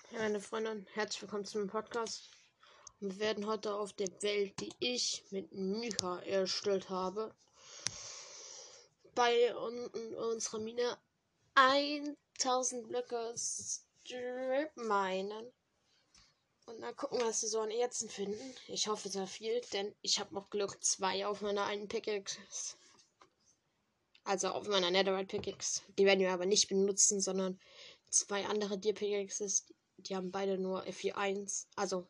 Ja, meine Freunde, herzlich willkommen zum Podcast. Wir werden heute auf der Welt, die ich mit Mika erstellt habe, bei unserer Mine 1000 Blöcke Strip minen. Und dann gucken, was wir so an Erzen finden. Ich hoffe sehr viel, denn ich habe noch Glück 2 auf meiner einen Pickaxe. Also auf meiner Netherite Pickaxe. Die werden wir aber nicht benutzen, sondern 2 andere Deer Pickaxes. Die haben beide nur FE1. Also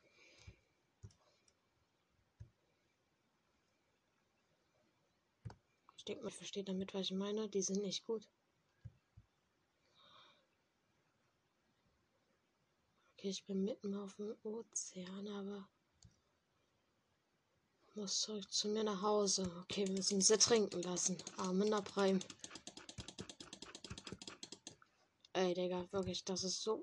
ich denke, man versteht damit, was ich meine. Die sind nicht gut. Okay, ich bin mitten auf dem Ozean, aber muss zurück zu mir nach Hause. Okay, wir müssen sie trinken lassen. Armen Abreim. Ey, Digga, wirklich, das ist so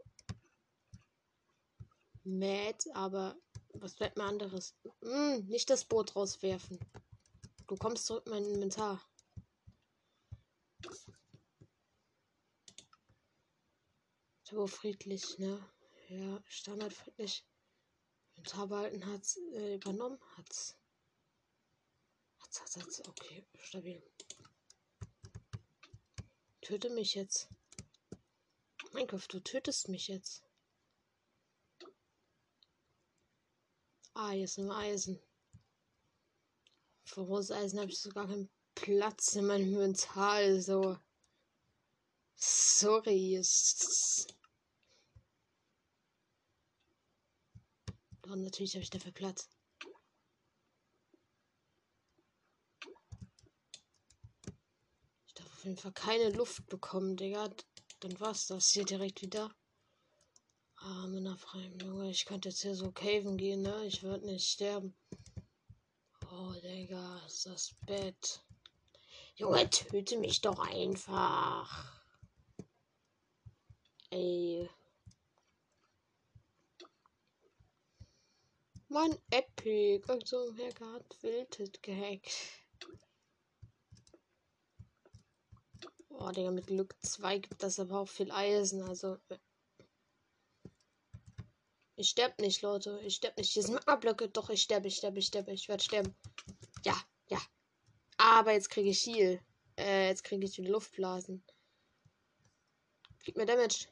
mad, aber was bleibt mir anderes? Nicht das Boot rauswerfen. Du kommst zurück in mein Inventar. Turbo friedlich, ne? Ja, standardfriedlich. Inventar behalten hat's übernommen. Hat's. Okay, stabil. Töte mich jetzt. Minecraft, du tötest mich jetzt. Ah, hier ist nur Eisen. Für rohes Eisen habe ich sogar keinen Platz in meinem Inventar. Also. Sorry. Und natürlich habe ich dafür Platz. Ich darf auf jeden Fall keine Luft bekommen, Digga. Dann war's das hier direkt wieder. Arme Freien, Junge. Ich könnte jetzt hier so caven gehen, ne? Ich würde nicht sterben. Oh, Digga. Ist das Bett. Junge, töte mich doch einfach. Ey. Mann, Epic. Und so ein Hacker hat Wilted gehackt. Oh, Digga, mit Glück 2 gibt das aber auch viel Eisen. Also. Ich sterb nicht, Leute. Ich sterb nicht. Hier sind Magma-Blöcke. Doch, ich sterbe. Ich werde sterben. Ja, ja. Aber jetzt kriege ich Heal. Jetzt kriege ich die Luftblasen. Gib mir Damage.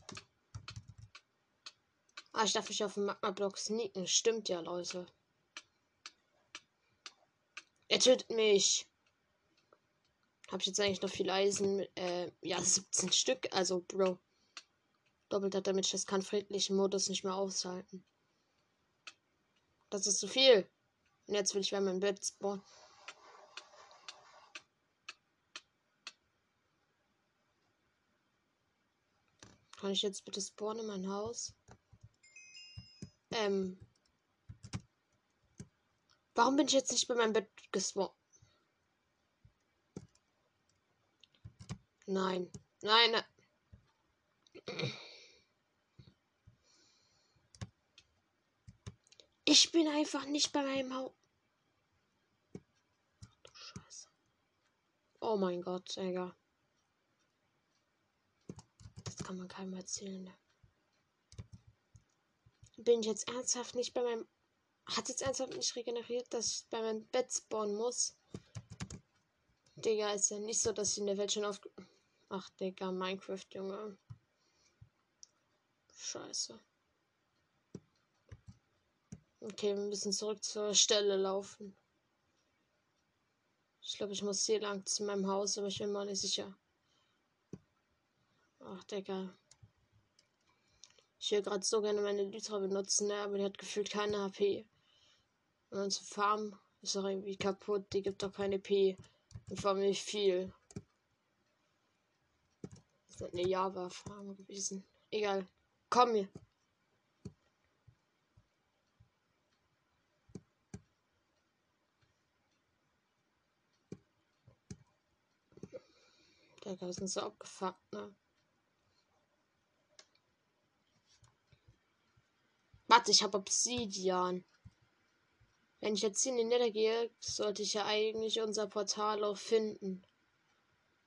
Ah, ich darf mich auf den Magma-Block sneaken. Stimmt ja, Leute. Er tötet mich. Hab ich jetzt eigentlich noch viel Eisen? Ja, 17 Stück. Also, Bro. Doppelter Damage. Das kann friedlichen Modus nicht mehr aushalten. Das ist zu viel. Und jetzt will ich bei meinem Bett spawnen. Kann ich jetzt bitte spawnen in mein Haus? Warum bin ich jetzt nicht bei meinem Bett gespawnt? Nein. Nein, nein. Ich bin einfach nicht bei meinem Haus. Du Scheiße. Oh mein Gott, Digga. Das kann man keinem erzählen. Ne? Bin ich jetzt ernsthaft nicht bei meinem... Hat jetzt ernsthaft nicht regeneriert, dass ich bei meinem Bett spawnen muss? Digga, ist ja nicht so, dass ich in der Welt schon auf... Ach, Digga, Minecraft, Junge. Scheiße. Okay, wir müssen zurück zur Stelle laufen. Ich glaube, ich muss hier lang zu meinem Haus, aber ich bin mir nicht sicher. Ach, Digga. Ich will gerade so gerne meine Lytra benutzen, ne? Aber die hat gefühlt keine HP. Und unsere Farm ist auch irgendwie kaputt. Die gibt doch keine P. Und vor allem nicht viel. Das ist eine Java-Farm gewesen. Egal. Komm hier. Digga, wir sind so abgefuckt, ne? Warte, ich habe Obsidian. Wenn ich jetzt hier in den Nether gehe, sollte ich ja eigentlich unser Portal auch finden.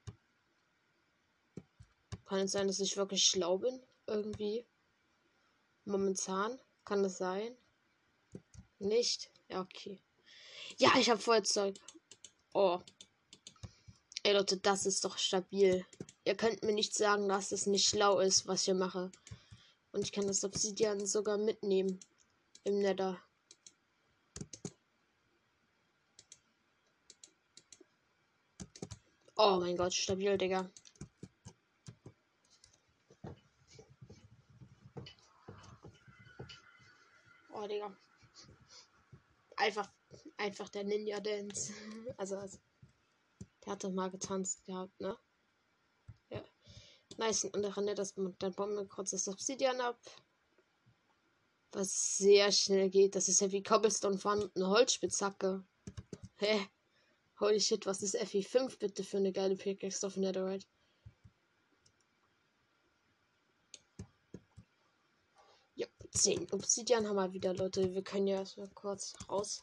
Kann es sein, dass ich wirklich schlau bin? Irgendwie. Momentan. Kann das sein? Nicht? Ja, okay. Ja, ich habe Feuerzeug. Oh. Ey Leute, das ist doch stabil. Ihr könnt mir nicht sagen, dass es nicht schlau ist, was ich hier mache. Und ich kann das Obsidian sogar mitnehmen. Im Nether. Oh mein Gott, stabil, Digga. Oh, Digga. Einfach der Ninja Dance. Also, der hat doch mal getanzt gehabt, ne? Ja. Nice, ein anderer Nether. Dann bauen wir kurz das Obsidian ab. Was sehr schnell geht. Das ist ja wie Cobblestone fahren und eine Holzspitzhacke. Hä? Holy shit, was ist FI5 bitte für eine geile Pickaxe auf Netherite? Ja, 10 Obsidian haben wir wieder, Leute. Wir können ja erstmal kurz raus.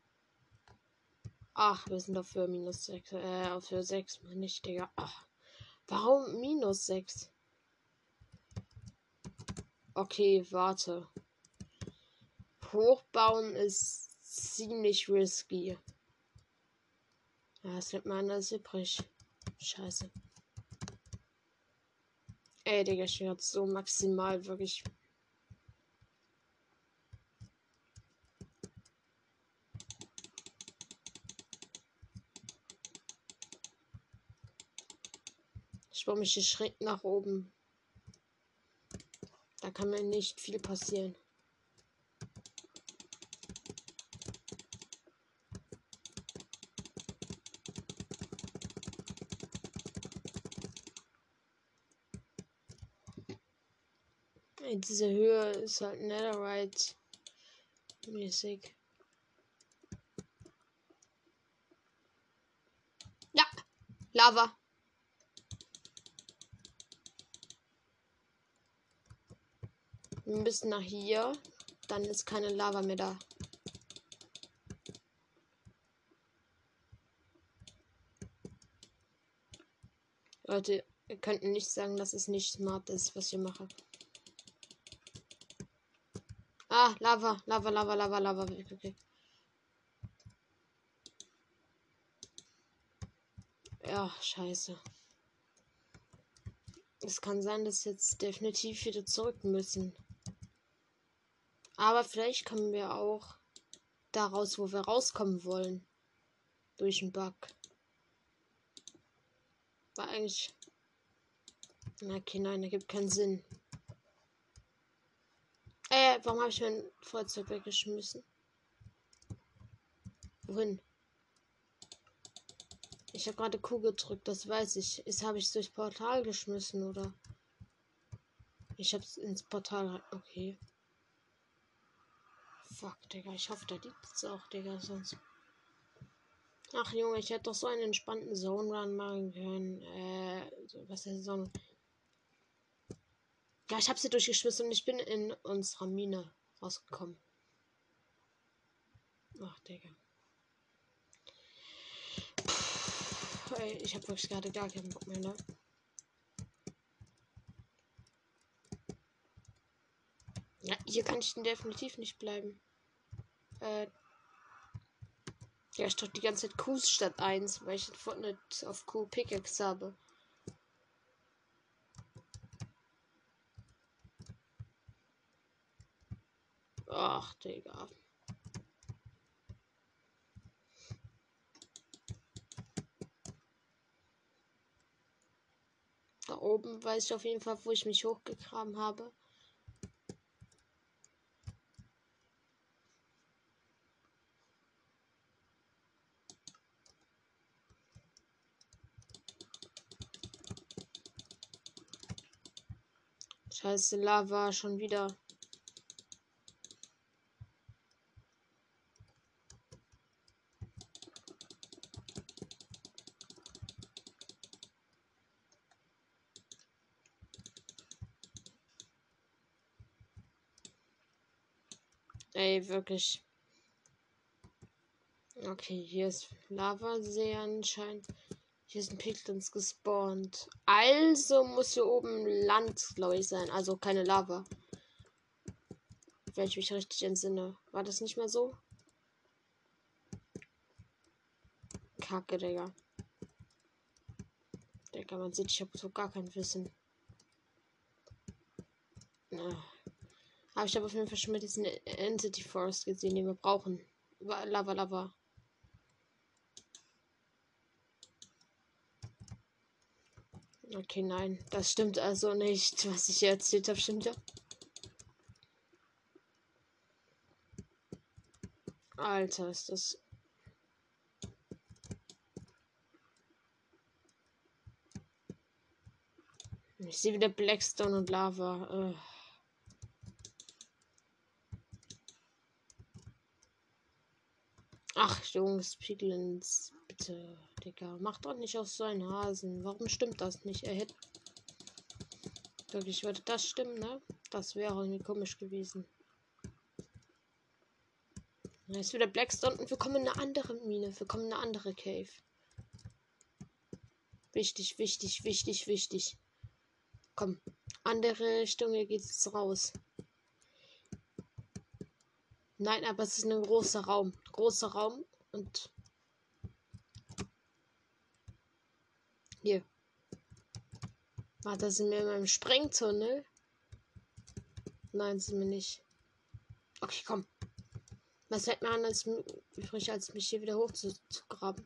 Ach, wir sind auf minus 6. Auf 6, nicht, Digga. Ach, warum minus 6? Okay, warte. Hochbauen ist ziemlich risky. Ja, es wird mal anders übrig. Scheiße. Ey, Digga, ich bin jetzt so maximal wirklich. Ich baue mich hier schräg nach oben. Da kann mir nicht viel passieren. Ey, diese Höhe ist halt Netherite mäßig. Ja, Lava. Wir müssen nach hier. Dann ist keine Lava mehr da. Leute, ihr könnt nicht sagen, dass es nicht smart ist, was ich mache. Ah, Lava, Lava, Lava, Lava, Lava. Okay. Ja, scheiße. Es kann sein, dass jetzt definitiv wieder zurück müssen. Aber vielleicht kommen wir auch da raus, wo wir rauskommen wollen. Durch den Bug. War eigentlich. Okay, nein, das gibt keinen Sinn. Warum habe ich mein Feuerzeug weggeschmissen? Wohin? Ich habe gerade Q gedrückt, das weiß ich. Habe ich es durchs Portal geschmissen, oder? Ich hab's ins Portal. Okay. Fuck, Digga. Ich hoffe, da liegt es auch, Digga. Sonst. Ach, Junge, ich hätte doch so einen entspannten Zone Run machen können. Was ist so ein. Ja, ich habe sie durchgeschmissen und ich bin in unserer Mine rausgekommen. Ach, Digga. Ey, ich habe wirklich gerade gar keinen Bock mehr, ne? Ja, hier kann ich definitiv nicht bleiben. Ja, ich drücke die ganze Zeit Qs statt 1, weil ich in Fortnite auf Q Pickaxe habe. Ach, Digga. Da oben weiß ich auf jeden Fall, wo ich mich hochgegraben habe. Scheiße, Lava schon wieder. Ey, wirklich. Okay, hier ist Lavasee anscheinend. Hier sind Piglins gespawnt. Also muss hier oben Land, glaube ich, sein. Also keine Lava. wenn ich mich richtig entsinne. War das nicht mehr so? Kacke, Digga. Digga, man sieht, ich habe so gar kein Wissen. Aber ich habe auf jeden Fall schon mal diesen Entity Forest gesehen, den wir brauchen. Lava, Lava. Okay, nein. Das stimmt also nicht. Was ich hier erzählt habe, stimmt ja. Alter, ist das... Ich sehe wieder Blackstone und Lava. Ach, Jungs, Piglins, bitte, Digga. Mach doch nicht aus so einen Hasen. Warum stimmt das nicht? Er hätte... Wirklich, würde das stimmen, ne? Das wäre irgendwie komisch gewesen. Da ist wieder Blackstone und wir kommen in eine andere Mine. Wir kommen in eine andere Cave. Wichtig, wichtig, wichtig, wichtig. Komm. Andere Richtung, hier geht es raus. Nein, aber es ist ein großer Raum. Großer Raum und... Hier. Warte, sind wir in meinem Sprengtunnel? Nein, sind wir nicht. Okay, komm. Was fällt mir an, als übrig, als mich hier wieder hoch zu graben?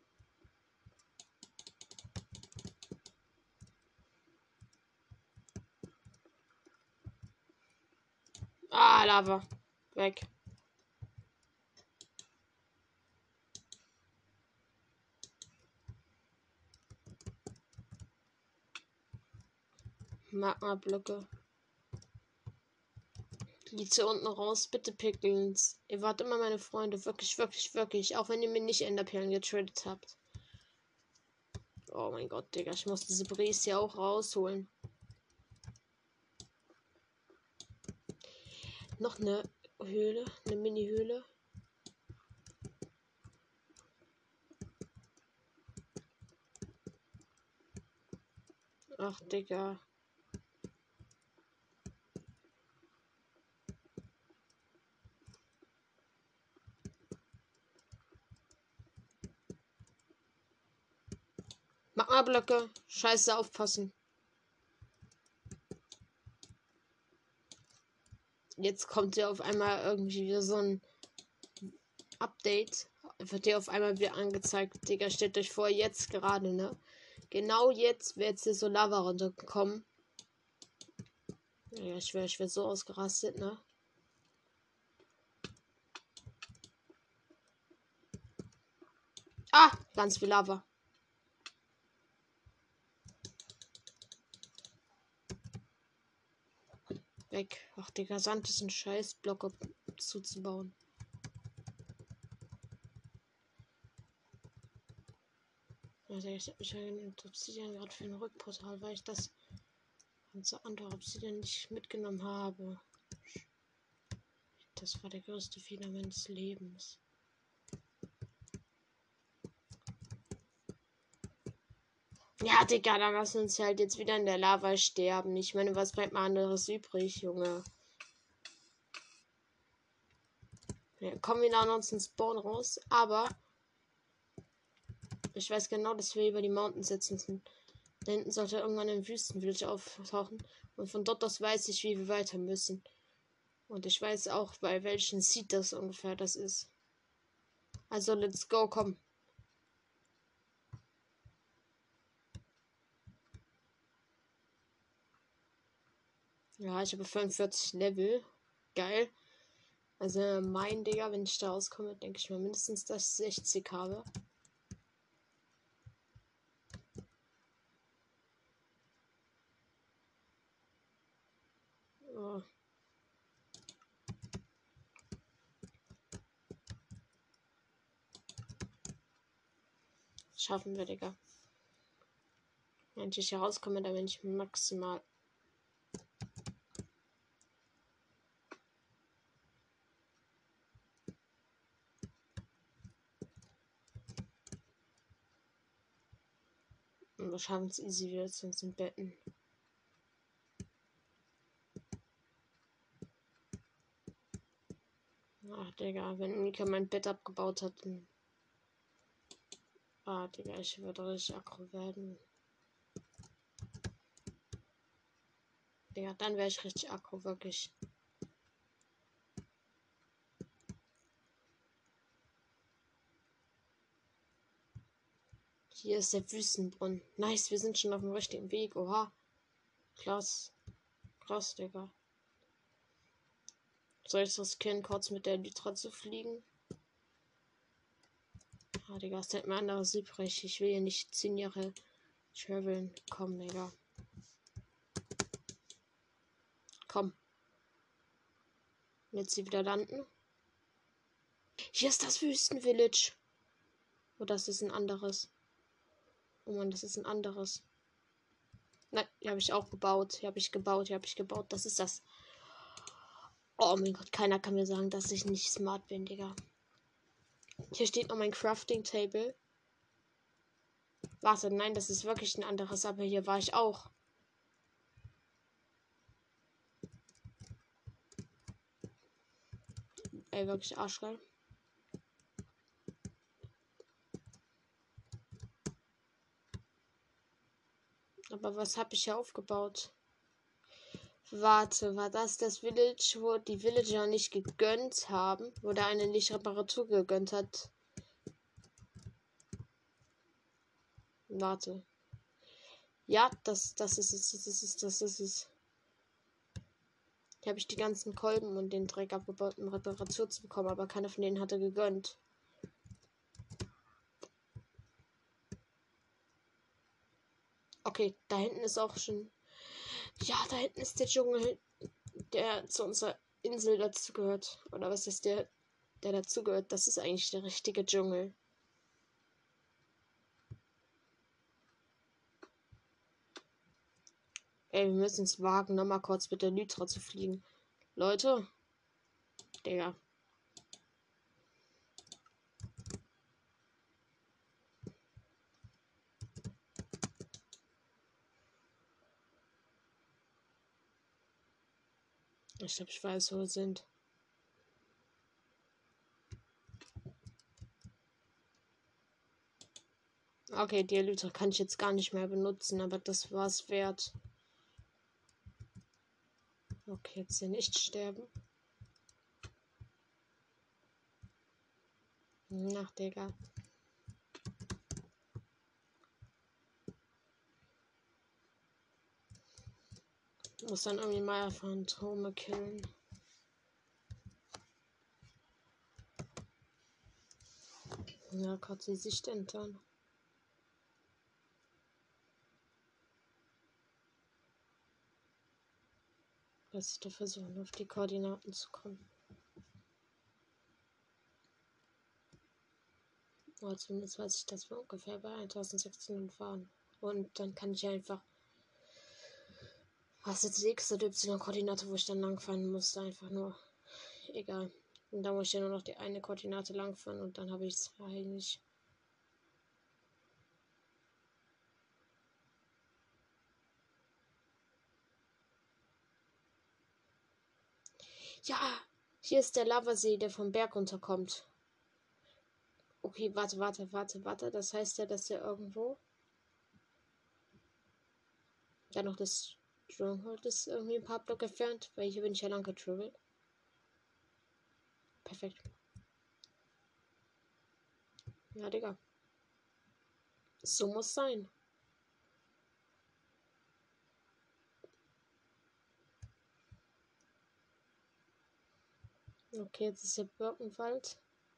Ah, Lava. Weg. Magma-Blöcke. Geht hier unten raus, bitte Pickens. Ihr wart immer meine Freunde. Wirklich, wirklich, wirklich. Auch wenn ihr mir nicht Enderperlen getradet habt. Oh mein Gott, Digga. Ich muss diese Brees hier auch rausholen. Noch eine Höhle. Eine Mini-Höhle. Ach, Digga. Magma-Blöcke. Scheiße, aufpassen. Jetzt kommt ja auf einmal irgendwie wieder so ein Update. Wird dir auf einmal wieder angezeigt. Digga, stellt euch vor, jetzt gerade, ne? Genau jetzt wäre jetzt hier so Lava runtergekommen. Ja, ich wäre so ausgerastet, ne? Ah, ganz viel Lava. Weg. Ach, Digga, Sand ist ein Scheißblock zuzubauen. Also ich habe mich ja genannt, Obsidian gerade für ein Rückportal, weil ich das ganze andere Obsidian nicht mitgenommen habe. Das war der größte Fehler meines Lebens. Ja, Digga, dann lassen wir uns halt jetzt wieder in der Lava sterben. Ich meine, was bleibt mal anderes übrig, Junge? Ja, kommen wir dann aus dem Spawn raus, aber ich weiß genau, dass wir über die Mountains sitzen sind. Da hinten sollte irgendwann ein Wüstenvillage auftauchen. Und von dort aus weiß ich, wie wir weiter müssen. Und ich weiß auch, bei welchen Seed das ungefähr das ist. Also, let's go, komm. Ja, ich habe 45 Level. Geil. Also, mein Digga, wenn ich da rauskomme, denke ich mal mindestens, dass ich 60 habe. Oh. Schaffen wir, Digga. Wenn ich hier rauskomme, dann bin ich maximal. Und wir schaffen es easy wieder zu uns in Betten. Ach, Digga, wenn Mika mein Bett abgebaut hat, dann... Ah, Digga, ich würde richtig aggro werden. Digga, dann wäre ich richtig aggro, wirklich. Hier ist der Wüstenbrunnen. Nice, wir sind schon auf dem richtigen Weg. Oha. Krass. Krass, Digga. Soll ich riskieren, kurz mit der Lytra zu fliegen? Ah, Digga, es hält mir anderes übrig. Ich will hier nicht 10 Jahre traveln. Komm, Digga. Komm. Jetzt hier wieder landen. Hier ist das Wüstenvillage. Oh, das ist ein anderes. Oh Mann, das ist ein anderes. Nein, hier habe ich auch gebaut. Hier habe ich gebaut. Hier habe ich gebaut. Das ist das. Oh mein Gott, keiner kann mir sagen, dass ich nicht smart bin, Digga. Hier steht noch mein Crafting Table. Warte, nein, das ist wirklich ein anderes, aber hier war ich auch. Ey, wirklich arschgeil. Aber was habe ich hier aufgebaut? Warte, war das Village, wo die Villager nicht gegönnt haben? Wo der eine nicht Reparatur gegönnt hat? Warte. Ja, das ist es. Hier habe ich die ganzen Kolben und den Dreck abgebaut, um Reparatur zu bekommen, aber keiner von denen hatte gegönnt. Okay, da hinten ist auch schon... Ja, da hinten ist der Dschungel, der zu unserer Insel dazugehört. Oder was ist der dazugehört? Das ist eigentlich der richtige Dschungel. Ey, wir müssen es wagen, nochmal kurz mit der Lytra zu fliegen. Leute. Digga. Ich glaube, ich weiß, wo wir sind. Okay, die Elytra kann ich jetzt gar nicht mehr benutzen, aber das war es wert. Okay, jetzt hier nicht sterben. Ach, Digga. Ich muss dann irgendwie mal Phantome killen. Ja, kurz die Sicht entern. Dass ich da versuchen, auf die Koordinaten zu kommen. Aber zumindest weiß ich, dass wir ungefähr bei 1600 waren. Und dann kann ich einfach. Was jetzt die X- oder Y-Koordinate, wo ich dann langfahren musste, einfach nur. Egal. Und dann muss ich ja nur noch die eine Koordinate langfahren und dann habe ich es eigentlich. Ja, hier ist der Lavasee, der vom Berg runterkommt. Okay, warte. Das heißt ja, dass er irgendwo. Ja, noch das Stronghold ist irgendwie ein paar Blöcke entfernt, weil hier bin ich ja lang getravelt. Perfekt. Ja, Digga. So muss sein. Okay, jetzt ist der Birkenwald.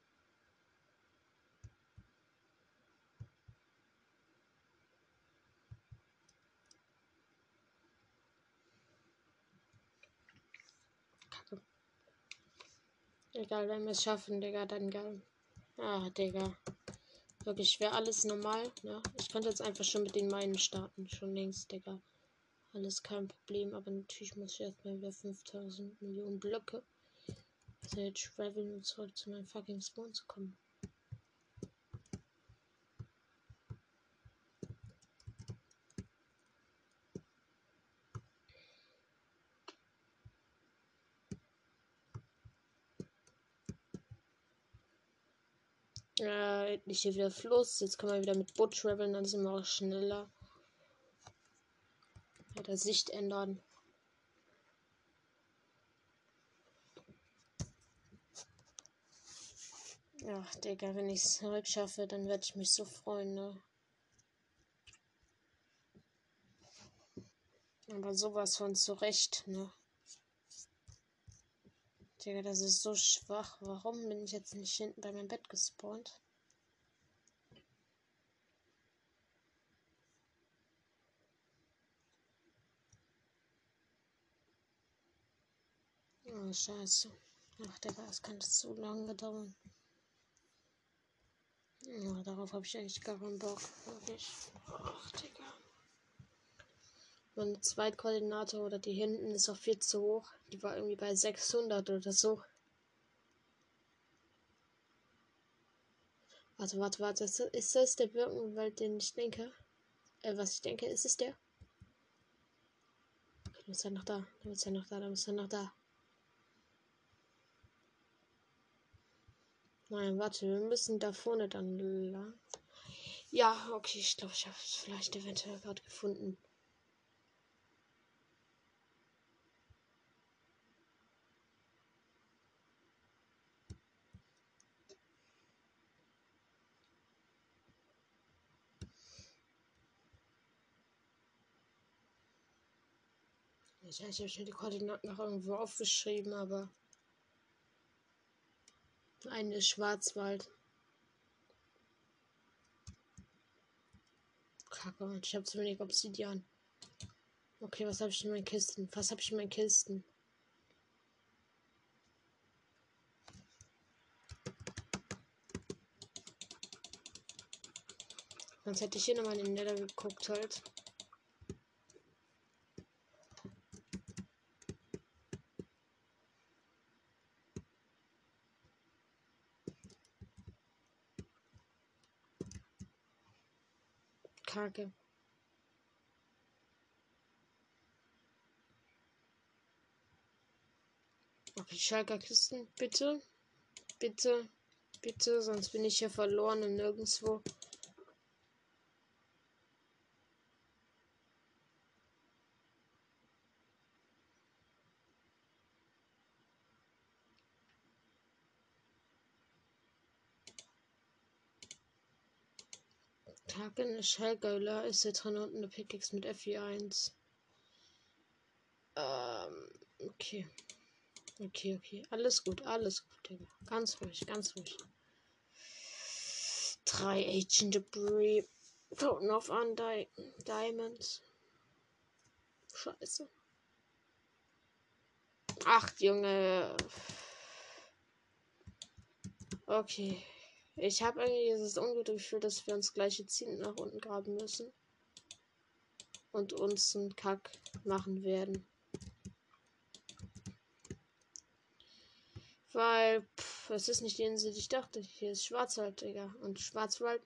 Kacke. Egal, wenn wir es schaffen, Digga, dann geil. Ah, Digga. Wirklich, wäre alles normal, ne? Ich könnte jetzt einfach schon mit den Meinen starten. Schon längst, Digga. Alles kein Problem, aber natürlich muss ich erstmal wieder 5000 Millionen Blöcke. Also jetzt traveln, um zurück zu meinem fucking Spawn zu kommen. Nicht hier wieder Fluss. Jetzt kann man wieder mit Boot traveln, dann sind wir auch schneller. Oder Sicht ändern. Ach, Digga, wenn ich es zurückschaffe, dann werde ich mich so freuen, ne? Aber sowas von zurecht, ne? Digga, das ist so schwach. Warum bin ich jetzt nicht hinten bei meinem Bett gespawnt? Oh, scheiße. Ach, Digga, das könnte zu lange dauern. Ja, darauf habe ich eigentlich gar keinen Bock. Wirklich. Ach, Digga. Meine Zweitkoordinate oder die hinten ist auch viel zu hoch. Die war irgendwie bei 600 oder so. Warte. Ist das der Birkenwald, den ich denke? Was ich denke, ist es der? Okay, dann ist er noch da. Dann ist er noch da. Nein, warte, wir müssen da vorne dann lang. Ja, okay, ich glaube, ich habe es vielleicht eventuell gerade gefunden. Ich habe mir die Koordinaten noch irgendwo aufgeschrieben, aber eine ist Schwarzwald. Kacke, und ich habe zu wenig Obsidian. Okay, was habe ich in meinen Kisten? Sonst hätte ich hier nochmal in den Nether geguckt halt. Kacke. Okay, Schalker Kisten, bitte. Bitte. Bitte, sonst bin ich hier verloren und nirgendwo. Kacke, eine Shellgöller ist hier drin und eine Pickaxe mit FE1. Okay. Okay. Alles gut, Digga. Ganz ruhig. 3 Agent Debris. Toten of Diamonds. Scheiße. Ach, Junge. Okay. Ich habe irgendwie dieses ungute Gefühl, dass wir uns gleich jetzt hinten nach unten graben müssen. Und uns einen Kack machen werden. Weil, es ist nicht die Insel, die ich dachte. Hier ist Schwarzwald, Digga. Und Schwarzwald,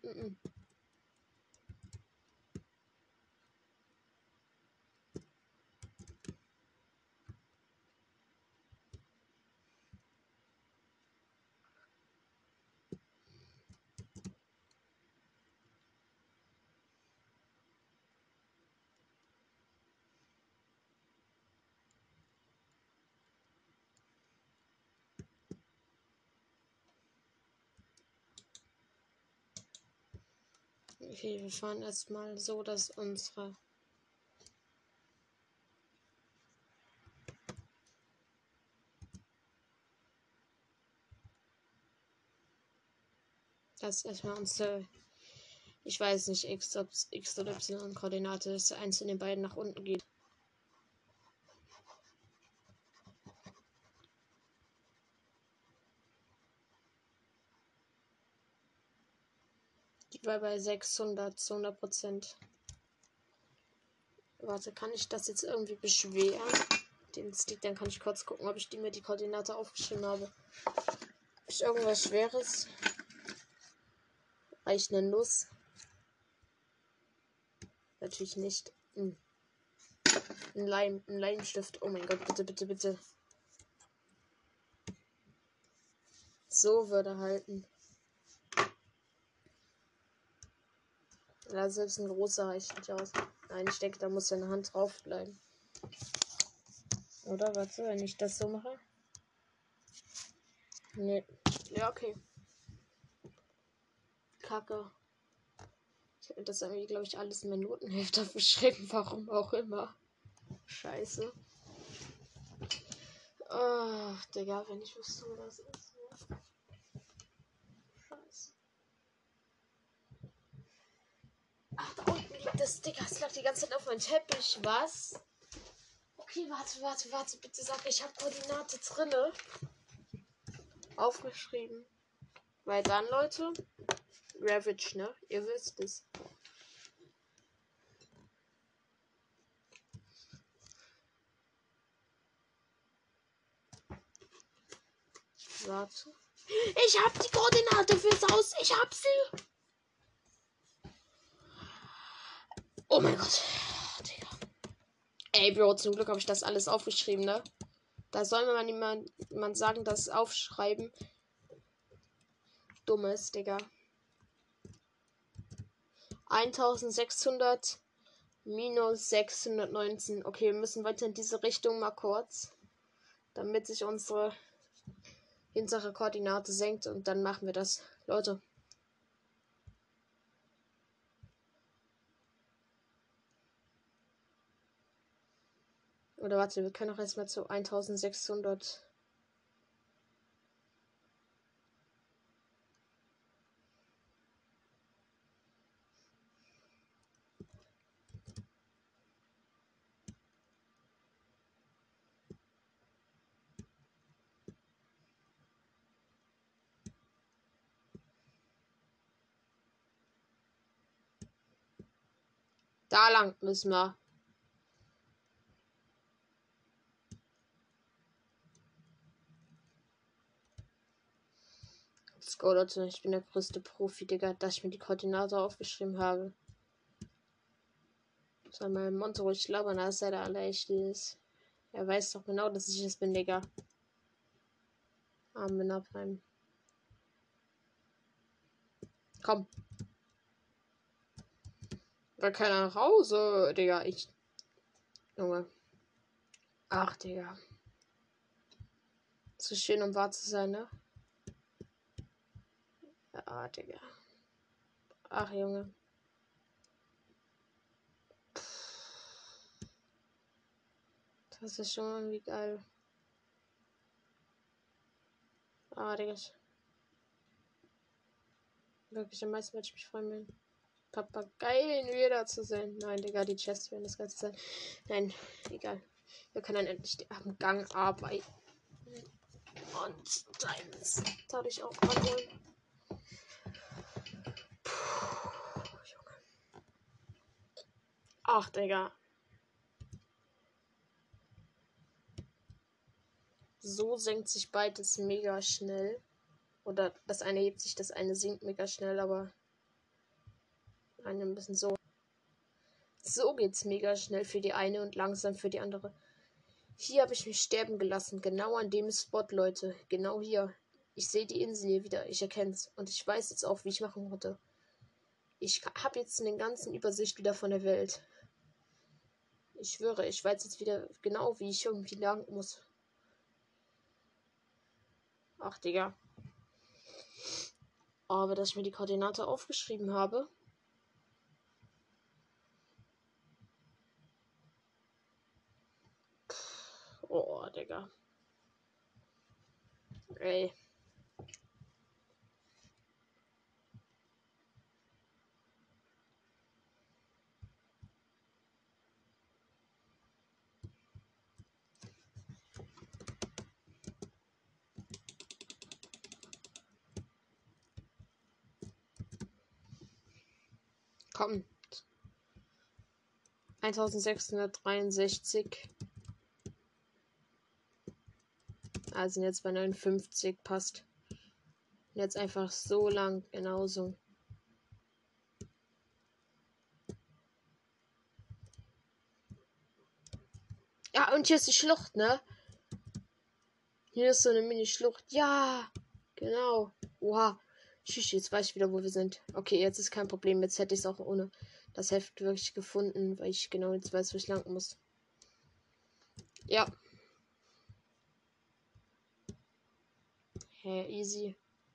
Okay, wir fahren erstmal so, dass unsere. Das erstmal unsere. Ich weiß nicht, X oder Y-Koordinate, dass eins von den beiden nach unten geht. Die war bei 600 zu 100%. Warte, kann ich das jetzt irgendwie beschweren? Den Stick, dann kann ich kurz gucken, ob ich mir die Koordinate aufgeschrieben habe. Habe ich irgendwas Schweres? Reicht eine Nuss? Natürlich nicht. Ein Leimstift. Oh mein Gott, bitte. So würde halten. Also selbst ein großer reicht nicht aus. Nein, ich denke, da muss seine Hand drauf bleiben. Oder? Warte, wenn ich das so mache. Nee. Ja, okay. Kacke. Ich habe das irgendwie, glaube ich, alles in Minutenheft aufgeschrieben. Warum auch immer. Scheiße. Ach, Digga, wenn ich wüsste, wo das ist. Ne? Scheiße. Ach, da unten liegt das, Digga. Es lag die ganze Zeit auf meinem Teppich. Was? Okay, warte. Bitte sag, ich habe Koordinate drinne. Aufgeschrieben. Weil dann, Leute, Ravage, ne? Ihr wisst es. Warte. Ich hab die Koordinate fürs Haus. Ich hab sie. Oh mein Gott. Digga. Ey, Bro, zum Glück habe ich das alles aufgeschrieben, ne? Da soll mir mal niemand sagen, dass Aufschreiben dumm ist, Digga. 1600 minus 619. Okay, wir müssen weiter in diese Richtung mal kurz. Damit sich unsere hintere Koordinate senkt und dann machen wir das. Leute. Oder warte, wir können auch erstmal zu 1600. Da lang müssen wir. Let's go, Leute. Ich bin der größte Profi, Digga, dass ich mir die Koordinate aufgeschrieben habe. Soll mein Mund ruhig labern, dass er da alle echt ist. Er weiß doch genau, dass ich es bin, Digga. Armen abheim. Komm. Will keiner nach Hause, Digga. Junge. Ach, Digga. Zu schön, um wahr zu sein, ne? Ja, Digga. Ach, Junge. Das ist schon irgendwie geil. Ah, Digga. Wirklich, am meisten würde ich mich freuen, wenn Papageien wieder zu sein. Nein, Digga, die Chests werden das Ganze sein. Nein, egal. Wir können dann endlich am Gang arbeiten. Und Diamonds dadurch auch anholen. Puh, Junge. Ach, Digga. So senkt sich beides mega schnell. Oder das eine hebt sich, das eine sinkt mega schnell, aber eine ein bisschen so. So geht's mega schnell für die eine und langsam für die andere. Hier habe ich mich sterben gelassen. Genau an dem Spot, Leute. Genau hier. Ich sehe die Insel hier wieder. Ich erkenne es. Und ich weiß jetzt auch, wie ich machen konnte. Ich habe jetzt eine ganze Übersicht wieder von der Welt. Ich schwöre, ich weiß jetzt wieder genau, wie ich irgendwie lang muss. Ach, Digga. Aber dass ich mir die Koordinate aufgeschrieben habe. Oh, Digga. Ey. Komm. 1663. Also jetzt bei 59 passt. Und jetzt einfach so lang, genauso. Ja, und hier ist die Schlucht, ne? Hier ist so eine Mini-Schlucht. Ja, genau. Oha. Tschüss, jetzt weiß ich wieder, wo wir sind. Okay, jetzt ist kein Problem. Jetzt hätte ich es auch ohne das Heft wirklich gefunden, weil ich genau jetzt weiß, wo ich lang muss. Ja. Easy.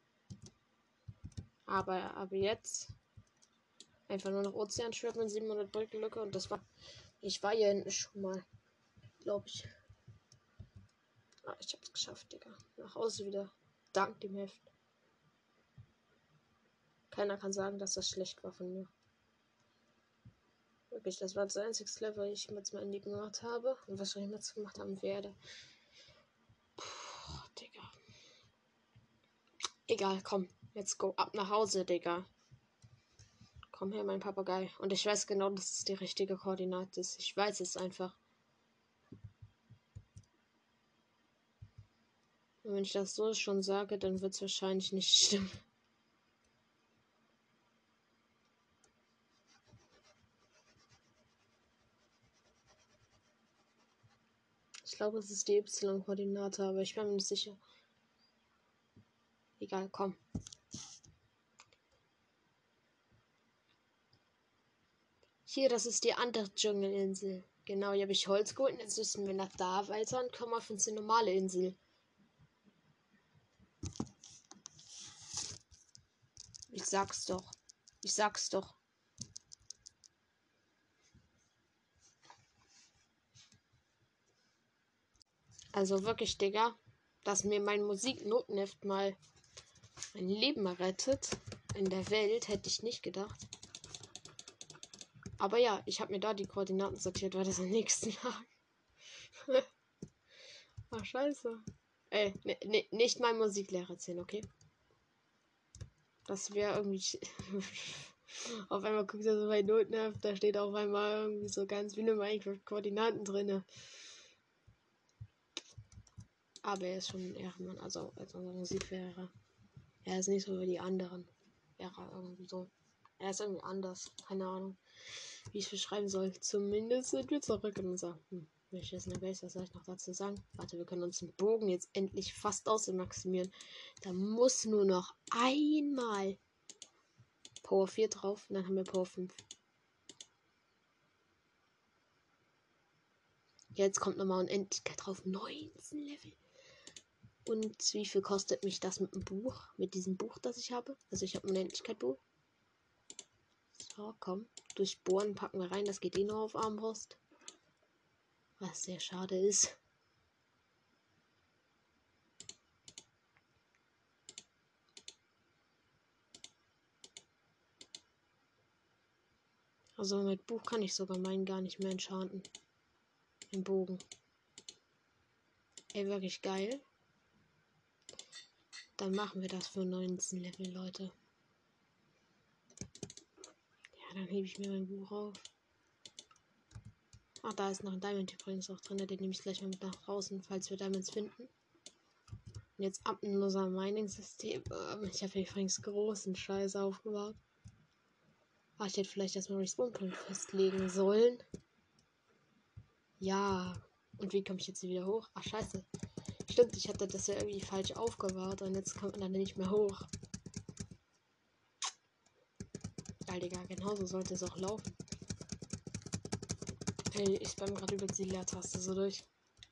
Aber jetzt einfach nur noch Ozean schwimmen, 700 Brückenlücke und das war. Ich war hier hinten schon mal, glaube ich. Ah, ich hab's geschafft, Digga. Nach Hause wieder. Dank dem Heft. Keiner kann sagen, dass das schlecht war von mir. Wirklich, das war das einzige Level, was ich mit meinem Handy gemacht habe und wahrscheinlich mit gemacht haben werde. Puh, Digga. Egal, komm. Let's go. Ab nach Hause, Digga. Komm her, mein Papagei. Und ich weiß genau, dass es die richtige Koordinate ist. Ich weiß es einfach. Und wenn ich das so schon sage, dann wird es wahrscheinlich nicht stimmen. Ich glaube, es ist die Y-Koordinate, aber ich bin mir nicht sicher. Egal, komm. Hier, das ist die andere Dschungelinsel. Genau, hier habe ich Holz geholt und jetzt müssen wir nach da weiter und kommen auf unsere normale Insel. Ich sag's doch. Ich sag's doch. Also wirklich, Digga, dass mir mein Musiknotenheft mal mein Leben rettet in der Welt, hätte ich nicht gedacht. Aber ja, ich habe mir da die Koordinaten sortiert, weil das am nächsten lag. Ach, scheiße. Ey, nicht mein Musiklehrer erzählen, okay? Das wäre irgendwie... Auf einmal guckt er so bei Notenheft, da steht auf einmal irgendwie so ganz viele Minecraft-Koordinaten drin. Aber er ist schon ein Ehrenmann, also als unser Musiklehrer. Er ist nicht so wie die anderen. Er ist irgendwie so. Er ist irgendwie anders. Keine Ahnung, wie ich es beschreiben soll. Zumindest sind wir zurück in unser. Welches Base, was soll ich noch dazu sagen? Warte, wir können uns den Bogen jetzt endlich fast ausmaximieren. Da muss nur noch einmal Power 4 drauf und dann haben wir Power 5. Jetzt kommt nochmal Unendlichkeit drauf. 19 Level. Und wie viel kostet mich das mit dem Buch? Mit diesem Buch, das ich habe? Also ich habe ein Unendlichkeit-Buch. So, komm. Durchbohren packen wir rein. Das geht eh nur auf Armbrust. Was sehr schade ist. Also mit Buch kann ich sogar meinen gar nicht mehr enchanten. Den Bogen. Ey, wirklich geil. Dann machen wir das für 19 Level, Leute. Ja, dann hebe ich mir mein Buch auf. Ach, da ist noch ein Diamond übrigens auch drin. Den nehme ich gleich mal mit nach draußen, falls wir Diamonds finden. Und jetzt ab in unser Mining-System. Ich habe übrigens großen Scheiß aufgebaut. Ach, ich hätte vielleicht erstmal Respawn-Punkt festlegen sollen. Ja. Und wie komme ich jetzt hier wieder hoch? Ach, scheiße. Stimmt, ich hatte das ja irgendwie falsch aufgebaut und jetzt kommt man dann nicht mehr hoch. Ja, Digga, genauso sollte es auch laufen. Hey, ich spam gerade über die Leertaste so durch.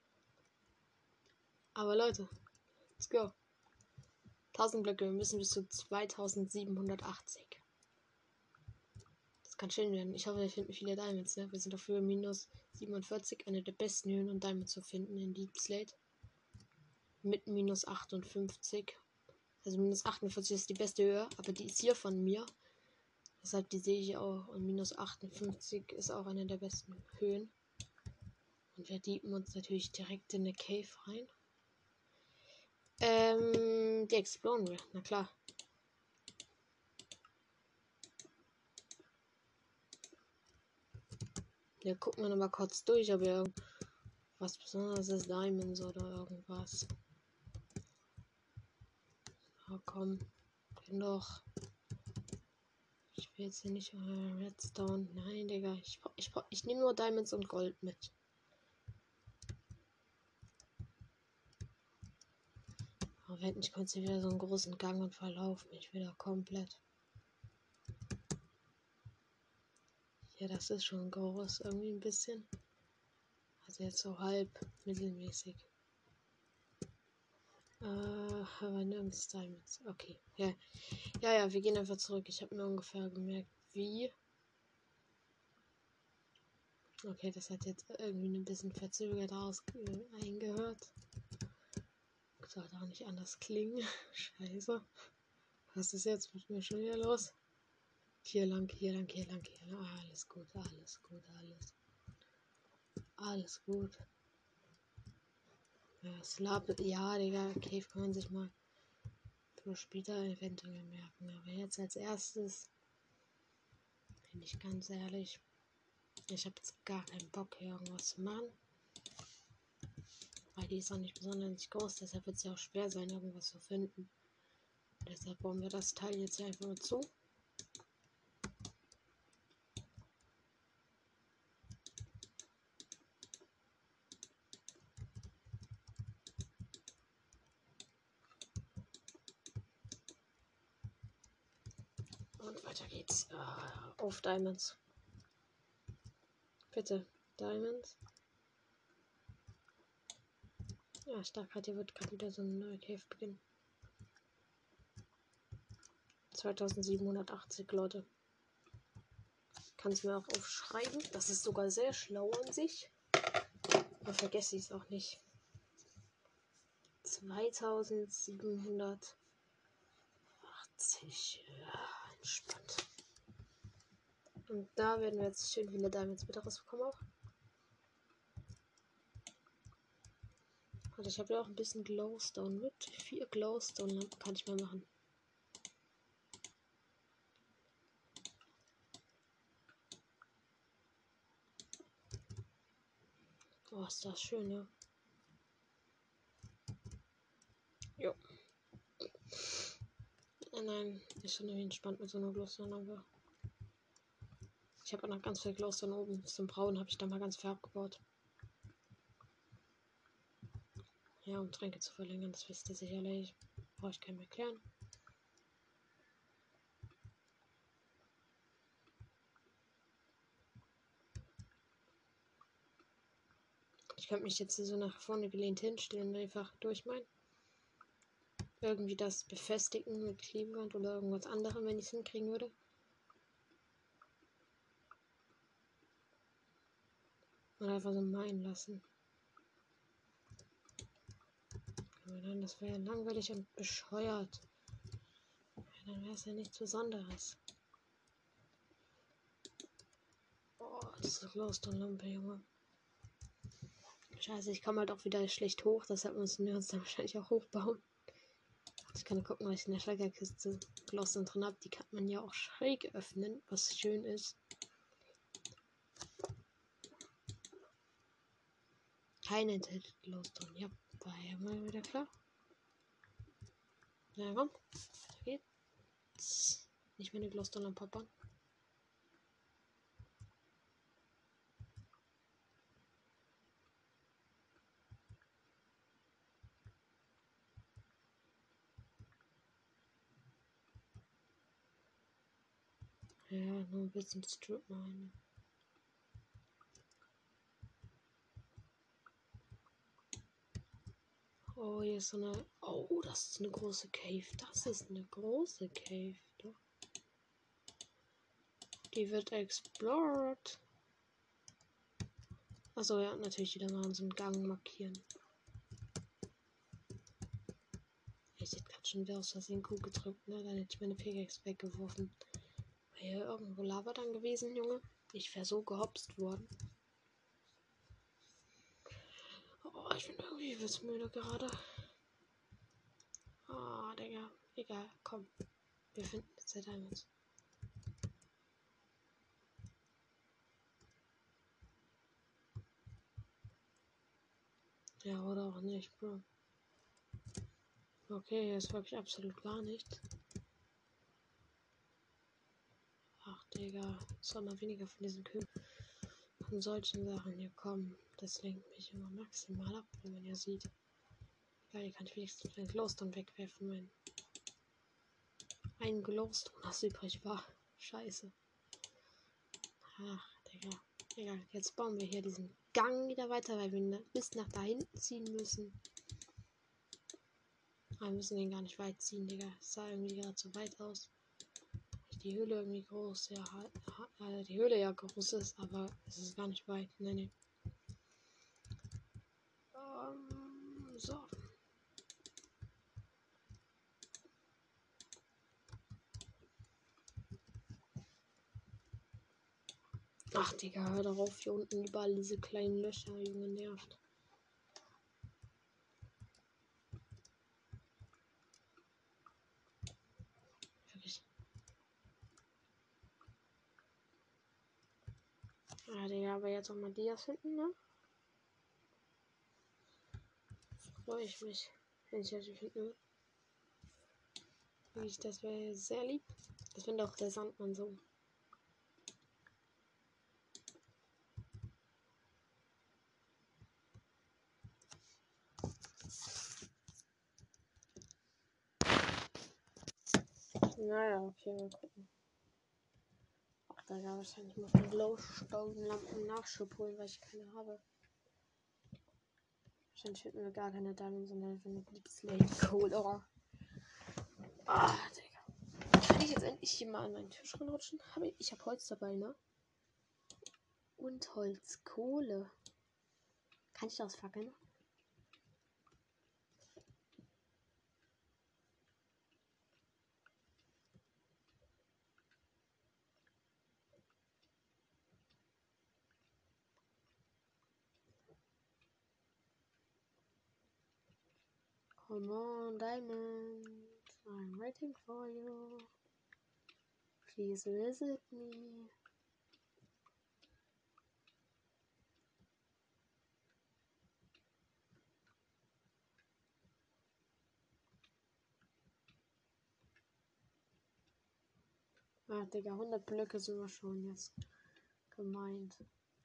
Aber Leute, let's go. 1000 Blöcke, wir müssen bis zu 2780. Das kann schön werden. Ich hoffe, wir finden viele Diamonds, ne? Wir sind auf Höhe minus 47, eine der besten Höhen, um Diamonds zu finden in Deep Slate. Mit minus 58. Also minus 48 ist die beste Höhe, aber die ist hier von mir. Deshalb die sehe ich auch. Und minus 58 ist auch eine der besten Höhen. Und wir diepen uns natürlich direkt in eine Cave rein. Die exploren wir, na klar. Ja, gucken wir nochmal kurz durch, ob wir was Besonderes ist, Diamonds oder irgendwas. Oh, komm. Doch. Ich will jetzt hier nicht Redstone. Nein, Digga. Ich nehme nur Diamonds und Gold mit. Aber wenn ich könnte wieder so einen großen Gang und verlauf mich wieder komplett. Ja, das ist schon groß, irgendwie ein bisschen. Also jetzt so halb mittelmäßig. Aber nirgends Diamonds. Okay. Ja. Ja, wir gehen einfach zurück. Ich habe mir ungefähr gemerkt, wie. Okay, das hat jetzt irgendwie ein bisschen verzögert eingehört. Sollte auch nicht anders klingen. Scheiße. Was ist jetzt mit mir schon wieder los? Hier lang, hier lang, hier lang, hier lang. Alles gut, alles gut, alles gut. Ja, Slab, ja, Digga, Cave kann man sich mal für später eventuell merken. Aber jetzt als erstes, bin ich ganz ehrlich, ich habe jetzt gar keinen Bock, hier irgendwas zu machen. Weil die ist auch nicht besonders groß, deshalb wird es ja auch schwer sein, irgendwas zu finden. Deshalb bauen wir das Teil jetzt hier einfach mal zu. Und weiter geht's. Auf Diamonds. Bitte, Diamonds. Ja, ich dachte gerade, hier wird gerade wieder so eine neue Cave beginnen. 2780 Leute. Kann es mir auch aufschreiben. Das ist sogar sehr schlau an sich. Aber vergesse ich es auch nicht. 2780. Ja, entspannt. Und da werden wir jetzt schön viele Diamonds mit rausbekommen auch. Und ich habe ja auch ein bisschen Glowstone mit. 4 Glowstone-Lampen kann ich mal machen. Oh, ist das schön, ja. Jo. Nein, ist schon irgendwie entspannt mit so einer Glowstone-Lampe. Ich habe auch noch ganz viel Glowstone oben. Zum Brauen habe ich da mal ganz viel abgebaut. Ja, um Tränke zu verlängern, das wisst ihr sicherlich. Brauche ich keinem erklären. Ich könnte mich jetzt hier so nach vorne gelehnt hinstellen und einfach durchmeinen. Irgendwie das befestigen mit Klebeband oder irgendwas anderem, wenn ich es hinkriegen würde. Oder einfach so meinen lassen. Aber dann, das wäre ja langweilig und bescheuert. Ja, dann wäre es ja nichts Besonderes. Oh, diese Glowstone-Lampe, Junge. Scheiße, ich komme halt auch wieder schlecht hoch, deshalb müssen wir uns dann wahrscheinlich auch hochbauen. Ich kann gucken, was ich in der Schlackerkiste Glowstone drin habe. Die kann man ja auch schräg öffnen, was schön ist. Keine Intelligent Glowstone. Ja, war ja mal wieder klar. Ja, komm. Da geht's. Nicht mehr eine Glowstone am Papa. Ja, nur ein bisschen Strip Mine. Oh, hier ist so eine. Oh, das ist eine große Cave. Das ist eine große Cave. Doch. Die wird explored. Achso, ja, natürlich wieder mal so einen Gang markieren. Ich hätte gerade schon wieder aus Versehen Q gedrückt, ne? Dann hätte ich meine Pickaxe weggeworfen. War hier irgendwo Lava dann gewesen, Junge? Ich wäre so gehopst worden. Oh, ich bin irgendwie witzmüde gerade. Ah, Digga. Egal, komm. Wir finden jetzt der Diamonds. Ja, oder auch nicht, Bro. Okay, hier ist wirklich absolut gar nichts. Ach, Digga. Soll mal weniger von diesen von solchen Sachen hier kommen. Das lenkt mich immer maximal ab, wie man ja sieht. Geil, kann ich wenigstens mein Glowstone wegwerfen, mein. Ein Glowstone, was übrig war. Scheiße. Ach, Digga. Egal, jetzt bauen wir hier diesen Gang wieder weiter, weil wir bis nach da hinten ziehen müssen. Aber wir müssen den gar nicht weit ziehen, Digga. Das sah irgendwie gerade so weit aus. Die Höhle irgendwie groß, ja, die Höhle ja groß ist, aber es ist gar nicht weit. Nee. So. Ach, Digga, hör darauf, hier unten überall diese kleinen Löcher, Junge, nervt. Wirklich. Ja, Digga, aber jetzt auch mal Dias finden, ne? Freue ich mich, wenn ich welche finden. Wirklich, das wäre sehr lieb. Das finde auch der Sandmann so. Naja, okay, mal gucken. Ach, da ja wahrscheinlich muss ich Glowstone-Lampen Nachschub holen, weil ich keine habe. Wahrscheinlich finden wir gar keine Diamonds, sondern einfach nur Slate Coal, oder? Ah, Digga. Kann ich jetzt endlich hier mal an meinen Tisch ranrutschen? Ich habe Holz dabei, ne? Und Holzkohle. Kann ich das fackeln? Come on, diamond. I'm waiting for you. Please visit me. Ah, Digga, 100 Blöcke sind wir schon jetzt gemeint.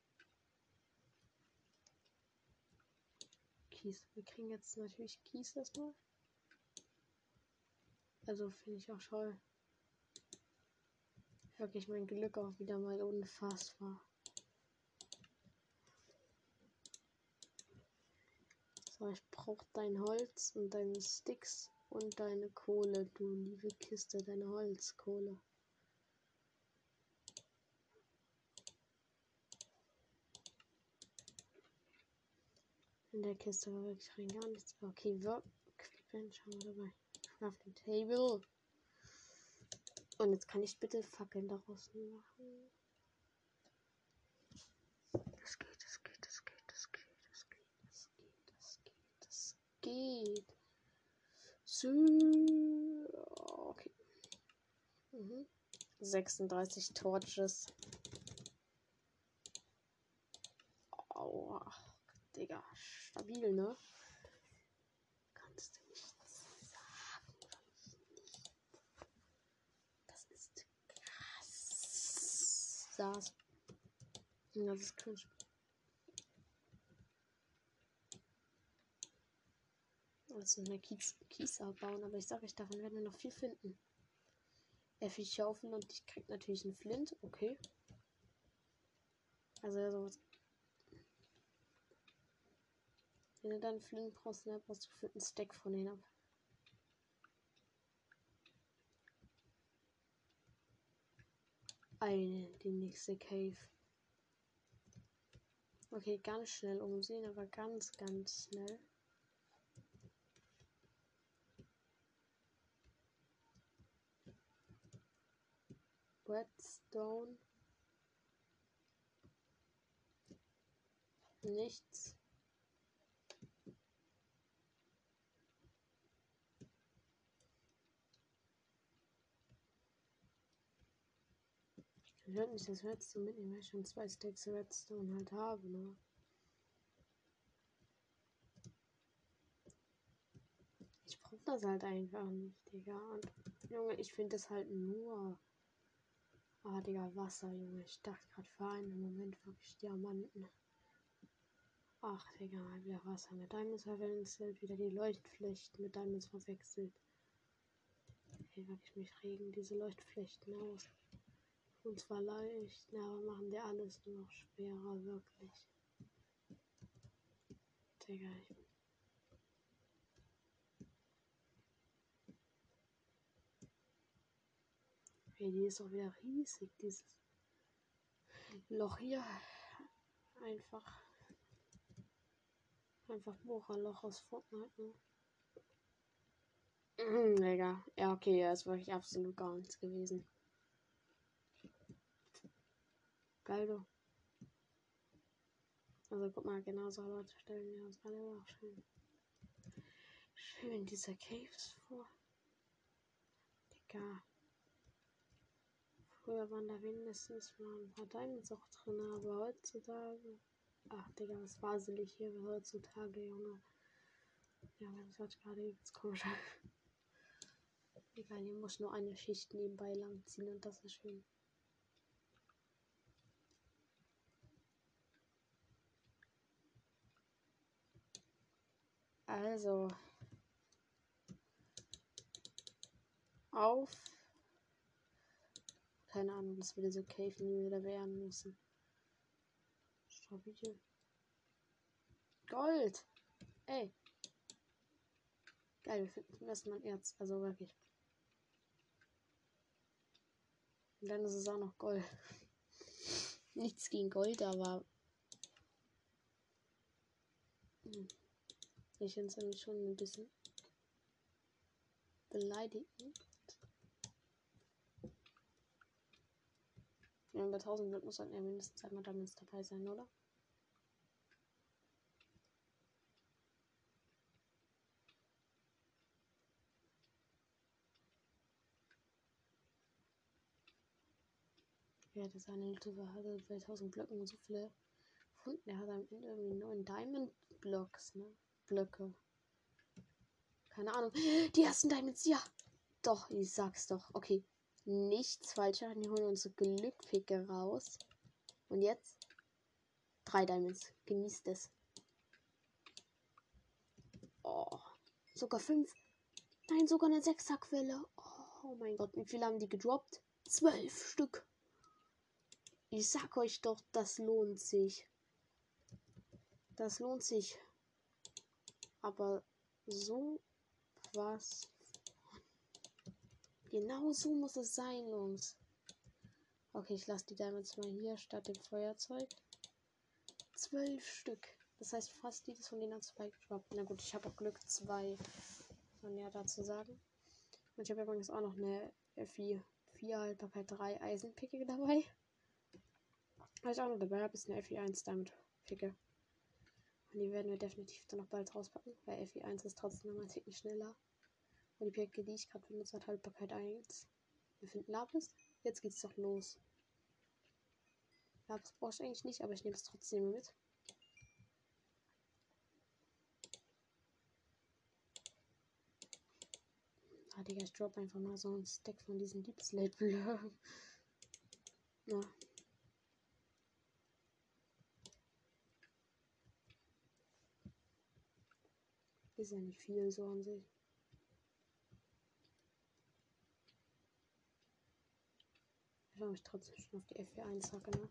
Kies. Wir kriegen jetzt natürlich Kies erstmal. Also finde ich auch toll. Wirklich mein Glück auch wieder mal unfassbar. So, ich brauche dein Holz und deine Sticks und deine Kohle, du liebe Kiste, deine Holzkohle. In der Kiste war wirklich rein gar nichts. Okay, Workbench haben wir dabei. Crafting Table. Und jetzt kann ich bitte Fackeln daraus machen. Das geht, das geht, das geht, das geht, das geht, das geht, das geht, das geht. So. Okay. 36 Torches. Aua. Digga, stabil, ne? Kannst du nichts sagen oder nicht? Das ist krass. Das ist cringe. Jetzt noch mehr Kies abbauen, aber ich sage euch, davon werden wir noch viel finden. Viel Schaufel und ich krieg natürlich einen Flint, okay. Also ja, sowas. Wenn du dann Flint brauchst, ne, brauchst du für einen Stack von denen ab. Die nächste Cave. Okay, ganz schnell umsehen, aber ganz, ganz schnell. Redstone. Nichts. Ich würde nicht das Redstone mitnehmen, weil ich schon 2 Stacks Redstone halt habe, ne? Ich brauche das halt einfach nicht, Digga. Und Junge, ich finde das halt nur. Ah, Digga, Wasser, Junge. Ich dachte gerade für einen Moment wirklich Diamanten. Ach, egal, wieder Wasser mit Diamonds verwechselt, wieder die Leuchtflechten mit Diamonds verwechselt. Hey, wirklich, mich regen diese Leuchtflechten aus. Und zwar leicht, aber machen dir alles nur noch schwerer, wirklich. Digga, hey, die ist auch wieder riesig, dieses Loch hier. Einfach Bohrerloch aus Fortnite, ne? Digga. Ja, okay, ja, ist wirklich absolut gar nichts gewesen. Geil, du. Also guck mal, genau so Leute stellen wir uns alle auch schön. Schön diese Caves vor. Digga. Früher waren da wenigstens mal ein paar Diamonds auch drin, aber heutzutage. Ach, Digga, was waselig hier heutzutage, Junge. Ja, das hat gerade jetzt komisch. Egal, hier muss nur eine Schicht nebenbei langziehen und das ist schön. Also. Auf. Keine Ahnung, dass wir diese Cave nie wieder beenden müssen. Stabil. Gold! Ey. Geil, wir finden erstmal ein Erz. Also wirklich. Und dann ist es auch noch Gold. Nichts gegen Gold, aber. Ich finde es nämlich schon ein bisschen beleidigend. Ja, bei 1000 wird muss dann ja mindestens einmal Diamonds dabei sein, oder? Ja, das eine YouTuber hatte bei 1000 Blöcken so viele gefunden. Er hat am Ende irgendwie 9 Diamond Blocks, ne? Blöcke. Keine Ahnung. Die ersten Diamonds, ja. Doch, ich sag's doch. Okay. Nichts falscher. Die holen unsere Glückpicke raus. Und jetzt 3 Diamonds. Genießt es. Oh. Sogar 5. Nein, sogar eine 6er-Quelle. Oh mein Gott, wie viele haben die gedroppt? 12 Stück. Ich sag euch doch, das lohnt sich. Das lohnt sich. Aber so was. Genau so muss es sein, Jungs. Okay, ich lasse die Diamonds mal hier statt dem Feuerzeug. 12 Stück. Das heißt, fast jedes von denen hat 2 gedroppt. Na gut, ich habe auch Glück 2. Kann ja dazu sagen. Und ich habe übrigens auch noch eine FI 4 Haltbarkeit 3 Eisenpicke dabei. Was ich auch noch dabei habe, ist eine FI1 Diamond Picke. Und die werden wir definitiv dann noch bald rauspacken, weil FI1 ist trotzdem noch ein Ticken schneller. Und die Picke, die ich gerade benutze, hat Haltbarkeit 1. Wir finden Lapis. Jetzt geht's doch los. Lapis brauche ich eigentlich nicht, aber ich nehme es trotzdem mit. Ah, Digga, ich drop einfach mal so ein Stack von diesen Deep Slate Blöcken. Ja. Ist ja nicht viel so an sich. Ich habe mich trotzdem schon auf die F1 hacke, ne?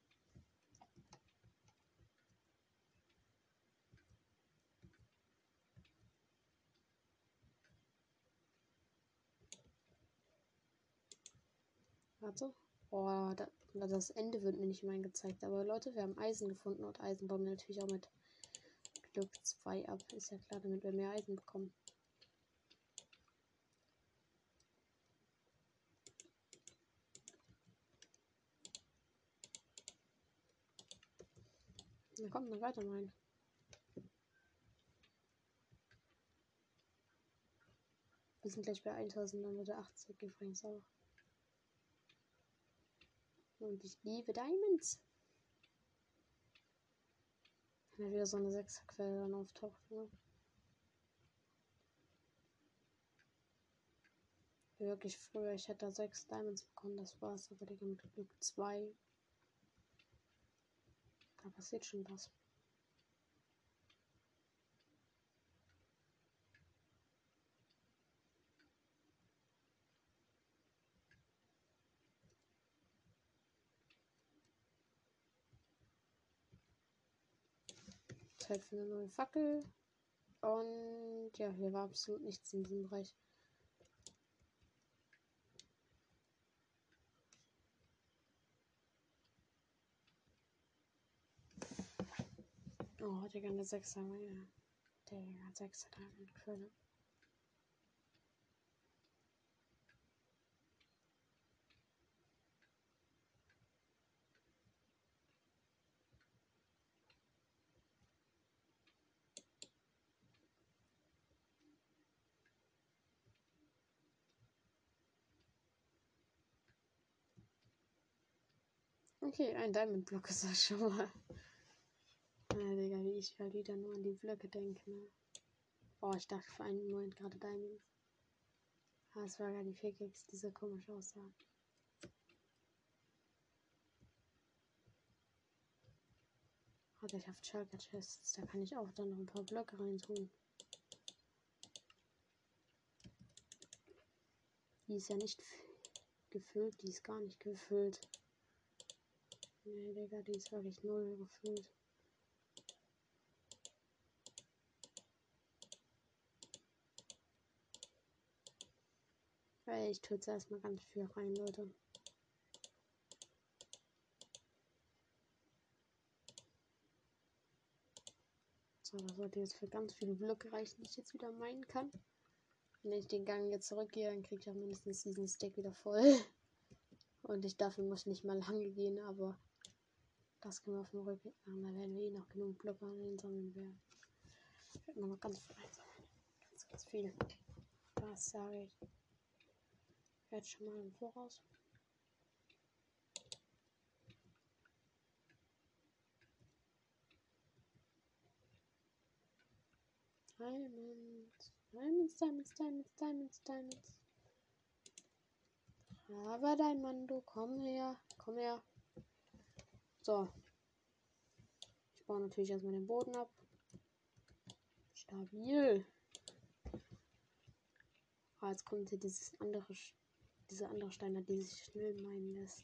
Warte. Oh, das Ende wird mir nicht mehr angezeigt. Aber Leute, wir haben Eisen gefunden und Eisen bauen wir natürlich auch mit Glück 2 ab. Ist ja klar, damit wir mehr Eisen bekommen. Na komm, dann weiter mal. Wir sind gleich bei 1980 übrigens auch. Und ich liebe Diamonds. Wenn da wieder so eine 6er-Quelle dann auftaucht, ne? Wirklich früher, ich hätte da 6 Diamonds bekommen, das war's. Aber Digga, mit Glück 2. Da passiert schon was. Zeit für eine neue Fackel. Und ja, hier war absolut nichts in diesem Bereich. Oh, Digga, eine 6er. Digga, 6er Diamond-Quelle. Okay, ein Diamond-Block ist das schon mal. Ja, Digga, wie ich halt wieder nur an die Blöcke denke, ne? Oh, ich dachte für einen Moment gerade Diamonds. Ah, es war gar die Pickaxe, die so komisch aussah. Aber ich habe Shulker Chests, da kann ich auch dann noch ein paar Blöcke rein tun. Die ist ja nicht gefüllt, die ist gar nicht gefüllt. Nee, Digga, die ist wirklich null gefüllt. Weil ich tue jetzt erstmal ganz viel rein, Leute. So, das sollte jetzt für ganz viele Blöcke reichen, die ich jetzt wieder meinen kann. Wenn ich den Gang jetzt zurückgehe, dann kriege ich auch mindestens diesen Stack wieder voll. Und dafür muss nicht mal lange gehen, aber das können wir auf dem Rückweg machen. Da werden wir eh noch genug Blöcke einsammeln werden. Ich werde noch ganz viel einsammeln. Ganz viel. Das sage ich. Jetzt schon mal im Voraus. Diamonds. Diamonds, Diamonds, Diamonds, Diamonds, Diamonds. Aber dein Mando, komm her. Komm her. So. Ich baue natürlich erstmal den Boden ab. Stabil. Ah, jetzt kommt hier diese andere Steine, die sich schnell meinen lässt.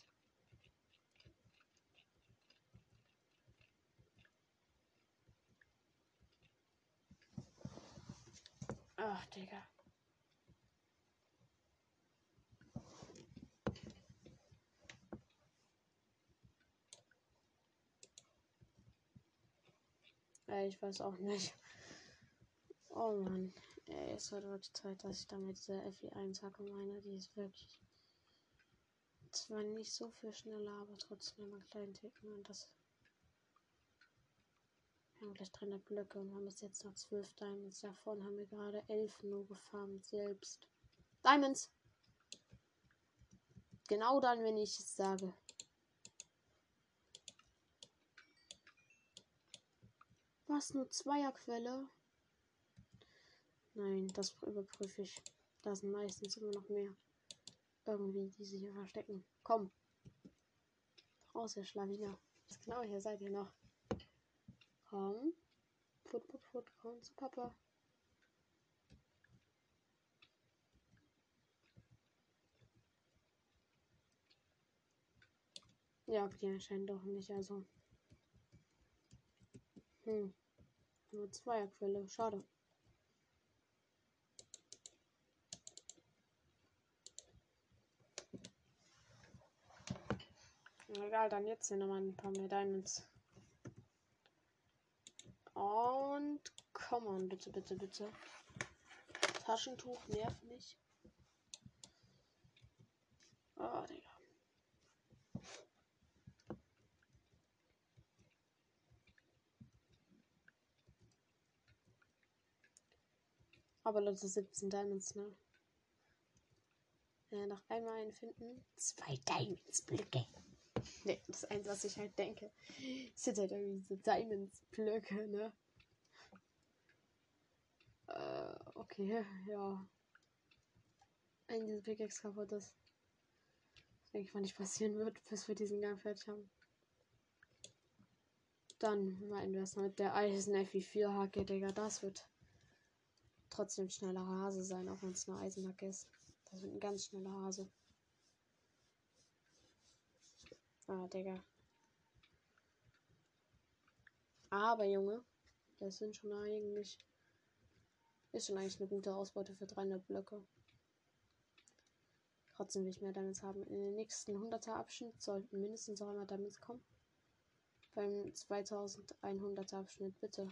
Ach, Digga. Ich weiß auch nicht. Oh Mann. Ey, es wird wirklich Zeit, dass ich damit diese FE1-Hacke meine. Die ist wirklich zwar nicht so viel schneller, aber trotzdem einen kleinen Ticken. Und das. Wir haben gleich 300 Blöcke und haben bis jetzt noch 12 Diamonds. Davon haben wir gerade 11 nur gefarmt selbst. Diamonds! Genau dann, wenn ich es sage. Was? Nur Zweierquelle? Nein, das überprüfe ich. Da sind meistens immer noch mehr. Irgendwie, die sich hier verstecken. Komm. Raus, ihr Schlawiner. Genau, hier seid ihr noch. Komm. Put, put, put. Komm zu Papa. Ja, okay, anscheinend doch nicht. Also. Nur Zweierquelle. Schade. Egal, dann jetzt hier nochmal ein paar mehr Diamonds. Und komm on, bitte, bitte, bitte. Taschentuch nervt nicht. Oh, Digga. Aber Leute, 17 Diamonds, ne? Noch einmal einen finden. 2 Diamonds-Blöcke. Ne, das Einzige, was ich halt denke, sind halt irgendwie diese Diamonds-Blöcke, ne? Okay, ja. Wenn diese Pickaxe kaputt ist. Das denke ich mal nicht passieren wird, bis wir diesen Gang fertig haben. Dann meinen wir es mit der Eisen FI4 Hacke, Digga. Das wird trotzdem schneller Hase sein, auch wenn es eine Eisenhacke ist. Das wird ein ganz schneller Hase. Ah, Digga. Aber, Junge, Das sind schon eigentlich... Ist schon eigentlich eine gute Ausbeute für 300 Blöcke. Trotzdem will ich mehr Diamonds haben. In den nächsten 100er Abschnitt sollten mindestens auch einmal Diamonds kommen. Beim 2100er Abschnitt, bitte.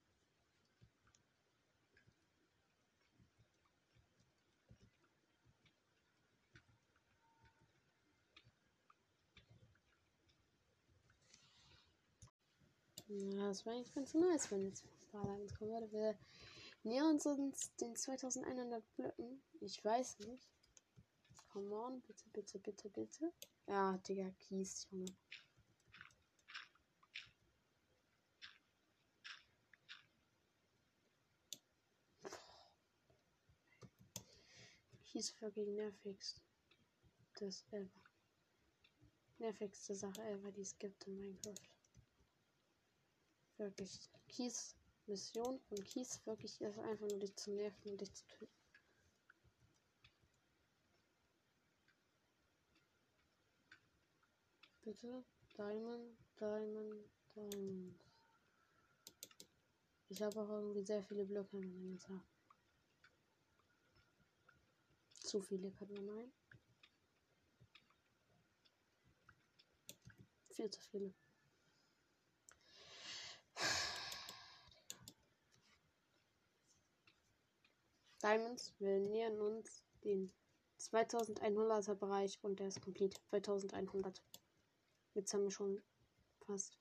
Ja, das wäre eigentlich ganz nice, wenn jetzt Diamonds kommen würde. Wir nähern uns den 2100 Blöcken. Ich weiß nicht. Come on, bitte, bitte, bitte, bitte. Ja, Digga, Kies, Junge. Kies fucking nervigst. Das ever. Nervigste Sache ever, die es gibt in Minecraft. Wirklich. Kies, Mission von Kies, wirklich ist einfach nur dich zu nerven und dich zu töten. Bitte. Diamond, Diamond, Diamond. Ich habe auch irgendwie sehr viele Blöcke in meinem Inventar. Zu viele könnte man meinen. Viel zu viele. Diamonds, wir nähern uns den 2100er Bereich und der ist komplett 2100. Jetzt haben wir schon fast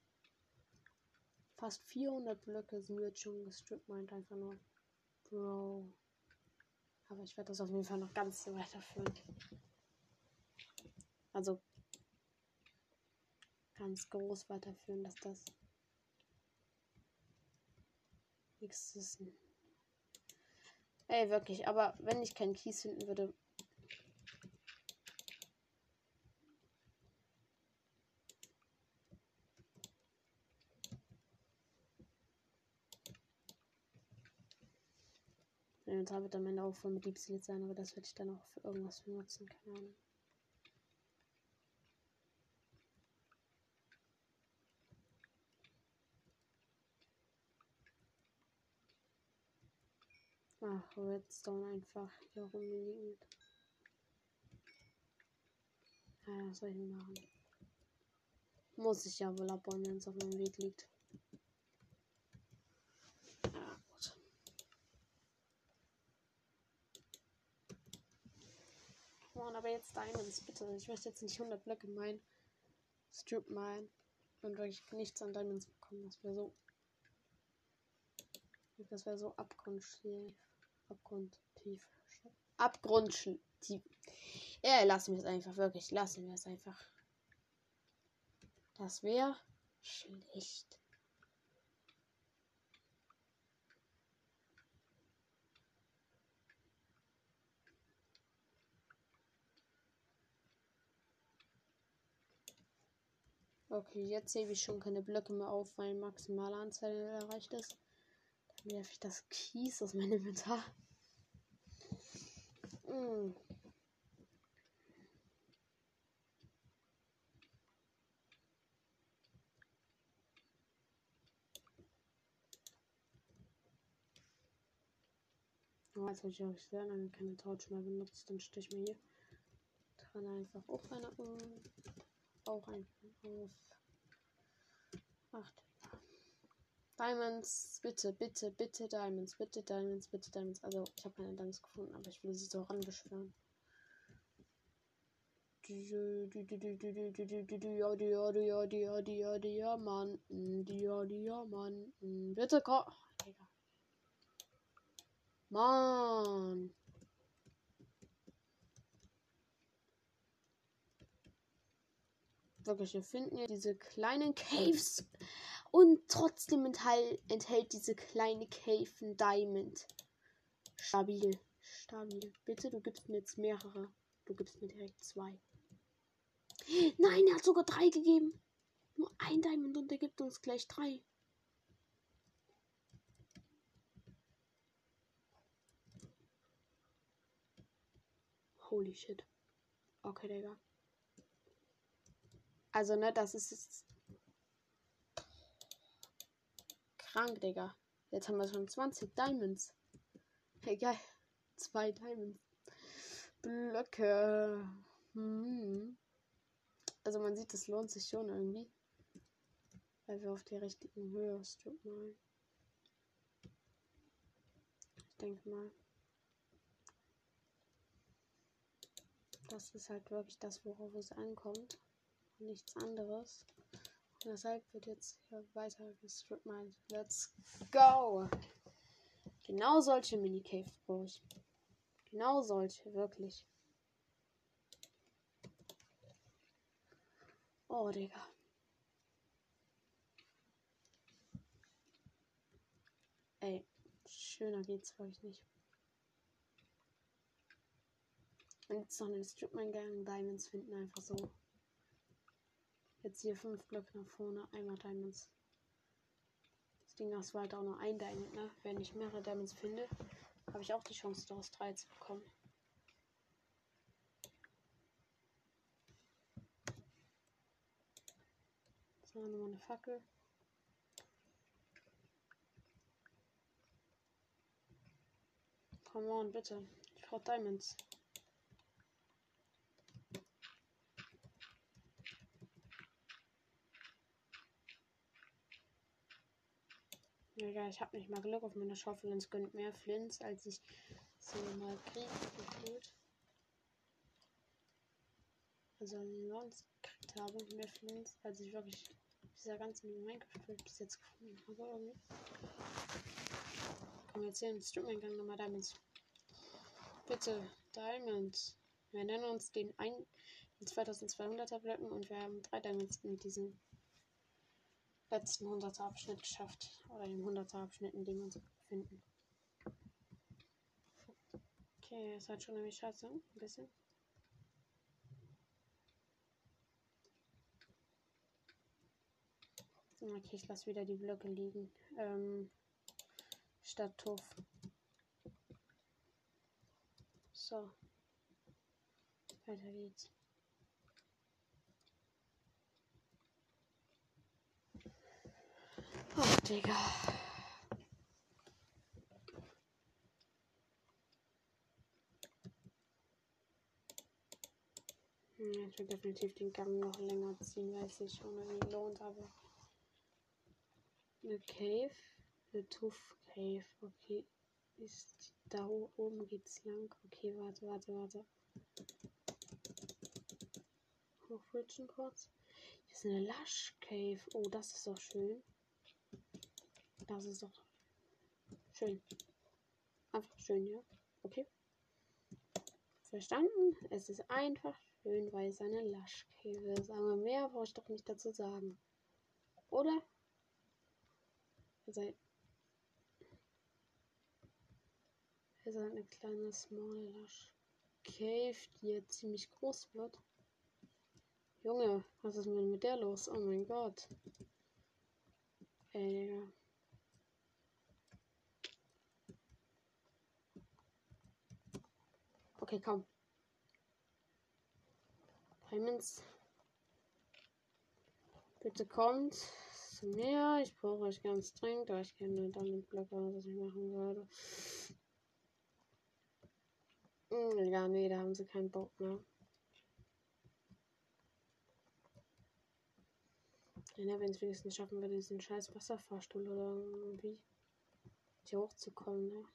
400 Blöcke sind jetzt schon gestrippt, meint einfach nur. Bro. Aber ich werde das auf jeden Fall noch ganz so weiterführen. Also ganz groß weiterführen, dass das nichts ist. Ey, wirklich, aber wenn ich keinen Kies finden würde. Mein Inventar wird am Ende auch voll mit Deep Silence sein, aber das werde ich dann auch für irgendwas benutzen, keine Ahnung. Ach, Redstone einfach hier rumliegen. Ja, was soll ich denn machen? Muss ich ja wohl abbauen, wenn es auf meinem Weg liegt. Ja, gut. Mann, aber jetzt Diamonds, bitte. Ich möchte jetzt nicht 100 Blöcke meinen. Strip meinen. Und wirklich nichts an Diamonds bekommen. Das wäre so abgrundtief. Abgrundtief. Ja, lassen wir es einfach. Wirklich, lassen wir es einfach. Das wäre schlecht. Okay, jetzt hebe ich schon keine Blöcke mehr auf, weil maximale Anzahl erreicht ist. Dann werfe ich das Kies aus meinem Inventar. Oh, jetzt habe ich auch sehr lange keine Torch mehr benutzt. Dann stehe ich mir hier dran einfach auch eine auch einfach auf. Ach, Diamonds, bitte, bitte, bitte Diamonds, bitte Diamonds, bitte Diamonds. Also, ich habe keine Diamonds gefunden, aber ich will sie so ranbeschwören. Diamanten. Bitte komm. Mann. Wirklich, wir finden hier diese kleinen Caves. Und trotzdem enthält diese kleine Cave ein Diamond. Stabil. Stabil. Bitte, du gibst mir jetzt mehrere. Du gibst mir direkt 2. Nein, er hat sogar 3 gegeben. Nur ein Diamond und er gibt uns gleich 3. Holy shit. Okay, Digga. Also, ne, das ist jetzt krank, Digga. Jetzt haben wir schon 20 Diamonds. Egal. 2 Diamonds. Blöcke. Also man sieht, es lohnt sich schon irgendwie. Weil wir auf der richtigen Höhe mal. Ich denke mal. Das ist halt wirklich das, worauf es ankommt. Und nichts anderes. Und deshalb wird jetzt hier weiter gestripmined. Let's go! Genau solche Mini-Caves brauche ich. Genau solche, wirklich. Oh, Digga. Ey, schöner geht's wirklich nicht. Und jetzt noch einen Stripmine-Gang, Diamonds finden einfach so. Jetzt hier 5 Blöcke nach vorne, einmal Diamonds. Das Ding ist halt auch nur ein Diamond, ne? Wenn ich mehrere Diamonds finde, habe ich auch die Chance, daraus 3 zu bekommen. So, nochmal eine Fackel. Come on, bitte. Ich brauche Diamonds. Ja, ich habe nicht mal Glück auf meiner Schaufel und es gönnt mehr Flints, als ich so mal kriege gefühlt. Also sonst gekriegt habe, mehr Flints, als ich wirklich dieser ganzen Minecraft-Welt bis jetzt gefunden habe irgendwie. Kommen wir jetzt hier ins Stripmine-Gang nochmal Diamonds. Bitte, Diamonds. Wir nennen uns den 2200er Blöcken und wir haben 3 Diamonds mit diesem letzten 100er Abschnitt geschafft. Oder den 100er Abschnitt, in dem wir uns befinden. Okay, ist halt schon nämlich scheiße. Ein bisschen. Okay, ich lasse wieder die Blöcke liegen. Statt Tuff. So. Weiter geht's. Ach, Digga. Ich will definitiv den Gang noch länger ziehen, weil es sich schon irgendwie lohnt, aber. Eine Cave. Eine Tuff Cave. Okay. Ist da oben geht's lang. Okay, warte. Hochfritschen kurz. Hier ist eine Lush Cave. Oh, das ist doch schön. Das ist doch schön. Einfach schön, ja. Okay. Verstanden? Es ist einfach schön, weil es eine Lush Cave ist. Aber mehr brauche ich doch nicht dazu sagen. Oder? Es ist eine kleine Small Lush Cave, die jetzt ziemlich groß wird. Junge, was ist denn mit der los? Oh mein Gott. Ey, Digga. Okay, komm. Diamonds. Bitte kommt zu mir. Ich brauche euch ganz dringend, da ich keine Diamond-Blöcke, was ich machen würde. Ja, nee, da haben sie keinen Bock mehr. Ja, wenn es wenigstens schaffen wir, diesen scheiß Wasserfahrstuhl oder irgendwie hier hochzukommen, ne?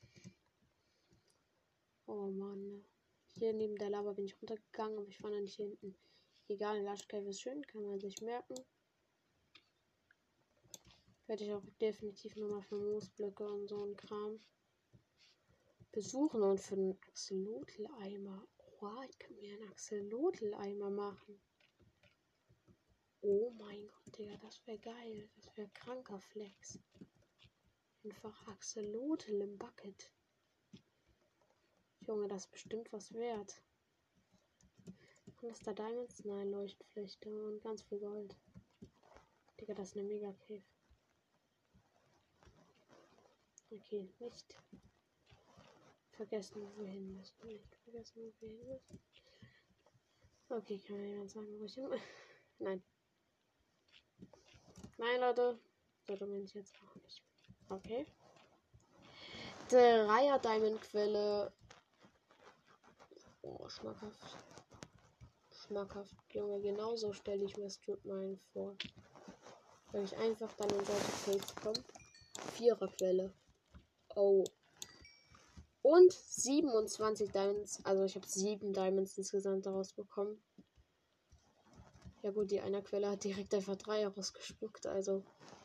Oh Mann, ne? Hier neben der Lava bin ich runtergegangen, aber ich war noch nicht hier hinten. Egal, Lush Cave ist schön, kann man sich merken. Werde ich auch definitiv nochmal für Moosblöcke und so ein Kram besuchen und für einen Axolotl-Eimer. Oh, ich kann mir einen Axolotl-Eimer machen. Oh mein Gott, Digga, das wäre geil. Das wäre kranker Flex. Einfach Axolotl im Bucket. Junge, das ist bestimmt was wert. Und ist da Diamonds? Nein, Leuchtflechte und ganz viel Gold. Digga, das ist eine mega Cave. Okay, nicht vergessen, wo wir hin müssen. Nicht vergessen, wo wir hin müssen. Okay, kann mir jemand sagen, wo ich hin muss? Nein. Nein, Leute. So dumm bin ich jetzt auch nicht. Okay. Dreier Diamond Quelle. Oh, schmackhaft. Schmackhaft. Junge, genauso stelle ich mir Strip Mine vor. Wenn ich einfach dann in solche Case komme. Vierer Quelle. Oh. Und 27 Diamonds. Also ich habe 7 Diamonds insgesamt daraus bekommen. Ja gut, die einer Quelle hat direkt einfach 3 rausgespuckt. Also.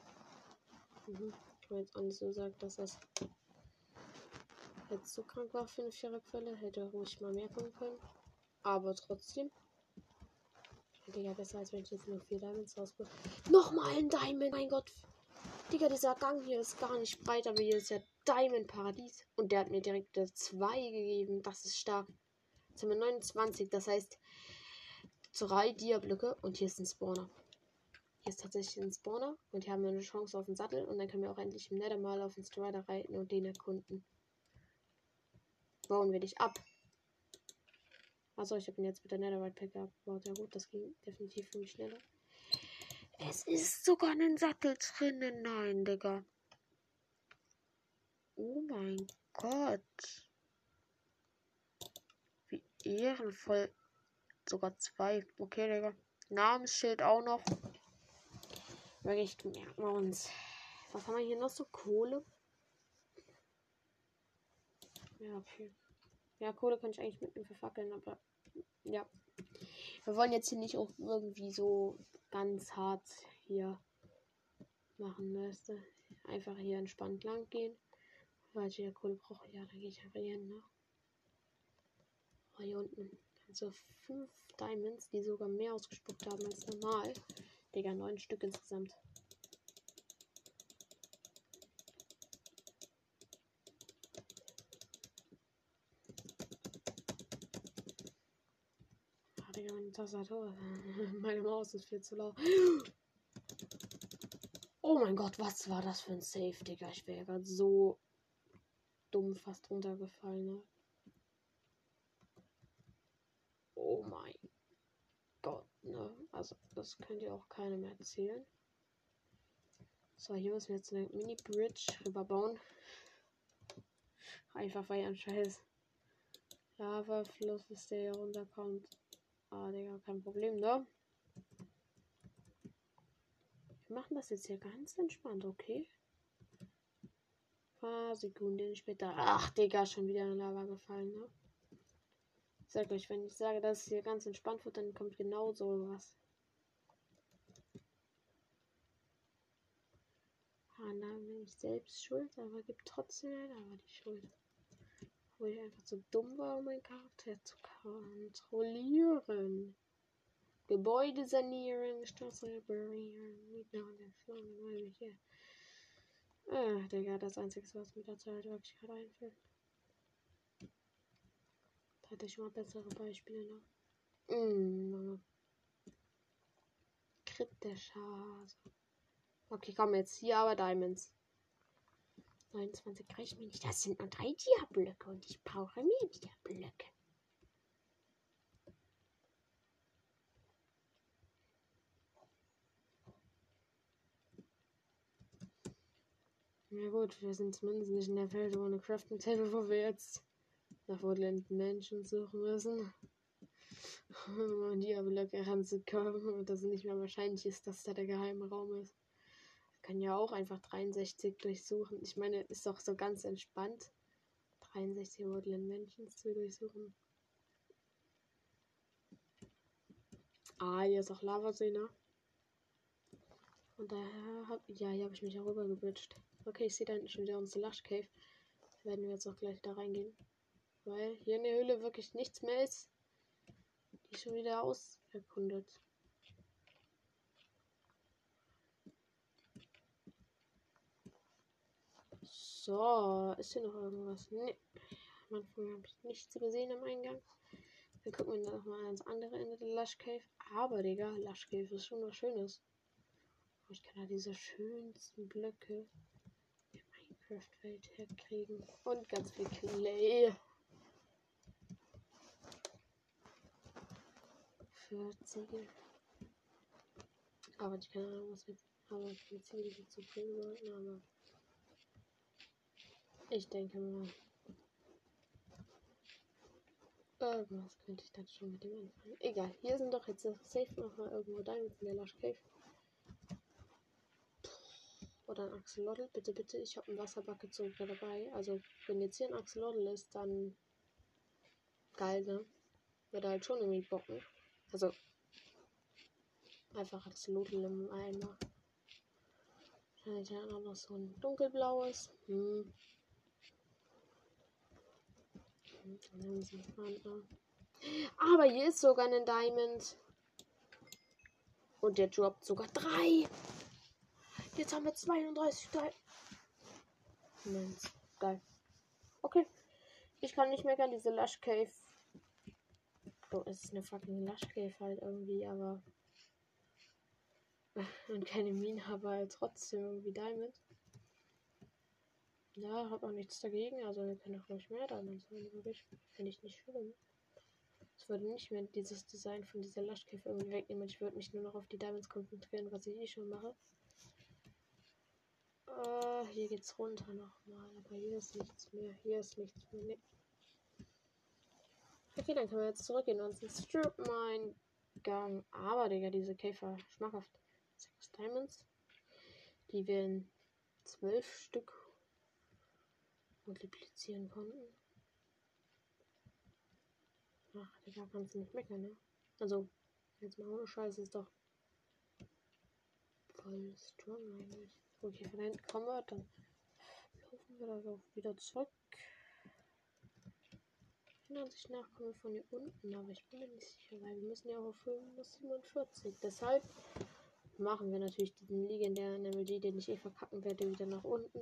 Ich meine jetzt auch nicht so sagt, dass das jetzt so krank war für eine Viererquelle. Hätte ruhig mal mehr kommen können. Aber trotzdem. Digga, besser als wenn ich jetzt nur 4 Diamonds rausbekomme. Nochmal ein Diamond, mein Gott. Digga, dieser Gang hier ist gar nicht breit, aber hier ist ja Diamond-Paradies. Und der hat mir direkt 2 gegeben. Das ist stark. Jetzt haben wir 29, das heißt 3 Dia-Blöcke und hier ist ein Spawner. Hier ist tatsächlich ein Spawner und hier haben wir eine Chance auf den Sattel und dann können wir auch endlich im Nether mal auf den Strider reiten und den erkunden. Bauen wir dich ab. Achso, ich habe ihn jetzt mit der Netherite Pack abgebaut. Ja gut, das ging definitiv für mich schneller. Es ist sogar ein Sattel drinnen. Nein, Digga. Oh mein Gott. Wie ehrenvoll. Sogar 2. Okay, Digga. Namensschild auch noch. Wirklich, merken wir uns. Was haben wir hier noch so? Kohle? Ja, okay. Ja, Kohle kann ich eigentlich mitnehmen für Fackeln, aber ja. Wir wollen jetzt hier nicht auch irgendwie so ganz hart hier machen, weißt du? Einfach hier entspannt lang gehen. Weil ich hier Kohle brauche. Ja, dann gehe ich einfach hier hin, ne? Oh, hier unten. Also 5 Diamonds, die sogar mehr ausgespuckt haben als normal. Digga, 9 Stück insgesamt. Ah, Digga, meine Tastatur. Meine Maus ist viel zu laut. Oh mein Gott, was war das für ein Safe, Digga? Ich wäre ja gerade so dumm fast runtergefallen, ne? Oh mein Gott, ne? Also, das könnt ihr auch keinem erzählen. So, hier müssen wir jetzt eine Mini-Bridge rüberbauen. Einfach weil ein scheiß Lava-Fluss ist, der hier runterkommt. Ah, Digga, kein Problem, ne? Wir machen das jetzt hier ganz entspannt, okay? Ein paar Sekunden später. Ach, Digga, schon wieder in Lava gefallen, ne? Ich sag euch, wenn ich sage, dass es hier ganz entspannt wird, dann kommt genau so was. Ah, da bin ich selbst schuld, aber gibt trotzdem aber die Schuld. Wo ich einfach zu dumm war, um meinen Charakter zu kontrollieren. Gebäude sanieren, Straße reparieren, hier. Digga, das Einzige, was mir dazu halt wirklich gerade einfällt. Da hatte ich schon mal bessere Beispiele noch. Kritischer. Okay, komm jetzt hier aber Diamonds. 29 reicht mir nicht. Das sind nur 3 Dia-Blöcke und ich brauche mehr Dia-Blöcke. Ja gut, wir sind zumindest nicht in der Welt ohne Crafting Table, wo wir jetzt nach Woodland Mansion suchen müssen. Um an Dia-Blöcke ranzukommen und das nicht mehr wahrscheinlich ist, dass da der geheime Raum ist. Wir können ja auch einfach 63 durchsuchen. Ich meine, ist doch so ganz entspannt, 63 Woodland Mansions zu durchsuchen. Ah, hier ist auch Lavasee, ne? Und daher hier habe ich mich auch rübergebridged. Okay, ich sehe da hinten schon wieder unsere Lush Cave. Da werden wir jetzt auch gleich da reingehen. Weil hier in der Höhle wirklich nichts mehr ist. Die schon wieder auserkundet. So, ist hier noch irgendwas? Ne. Am Anfang habe ich nichts gesehen am Eingang. Dann gucken wir noch mal ans andere Ende der Lush Cave. Aber, Digga, Lush Cave ist schon was Schönes. Ich kann da diese schönsten Blöcke der Minecraft-Welt herkriegen. Und ganz viel Clay. Für Ziegel. Aber ich keine Ahnung, was wir jetzt. Aber für Ziegel zu bringen wollten, aber. Ich denke mal. Irgendwas könnte ich dann schon mit dem anfangen. Egal, hier sind doch jetzt safe noch mal irgendwo Diamonds in der Lush Cave. Oder ein Axolotl. Bitte, bitte, ich habe ein Wasserbucket sogar dabei. Also, wenn jetzt hier ein Axolotl ist, dann geil, ne? Würde halt schon irgendwie bocken. Also, einfach Axolotl im Eimer. Wahrscheinlich ja noch so ein dunkelblaues. Aber hier ist sogar ein Diamond. Und der droppt sogar 3. Jetzt haben wir 32 Diamonds. Geil. Okay. Ich kann nicht meckern, diese Lush Cave. Oh, es ist eine fucking Lush Cave halt irgendwie, aber. Und keine Mine, aber trotzdem irgendwie Diamond. Ja, hab auch nichts dagegen. Also wir können auch ruhig mehr Diamonds haben, wirklich. Finde ich nicht schlimm. Es würde nicht mehr dieses Design von dieser Lush Cave irgendwie wegnehmen. Ich würde mich nur noch auf die Diamonds konzentrieren, was ich eh schon mache. Hier geht's runter nochmal. Aber hier ist nichts mehr. Hier ist nichts mehr. Nee. Okay, dann können wir jetzt zurückgehen und uns Strip Mine Gang. Aber, Digga, diese Käfer schmackhaft. 6 Diamonds. Die wir in 12 Stück multiplizieren konnten. Ach, Digga, kannst du nicht meckern, ne? Also, jetzt mal ohne Scheiß ist doch voll strong eigentlich. Okay, von da hinten kommen wir, dann laufen wir da wieder zurück. An sich nach kommen wir von hier unten, aber ich bin mir nicht sicher, weil wir müssen ja auch auf 47. Deshalb machen wir natürlich diesen legendären MLG, den ich verkacken werde, wieder nach unten.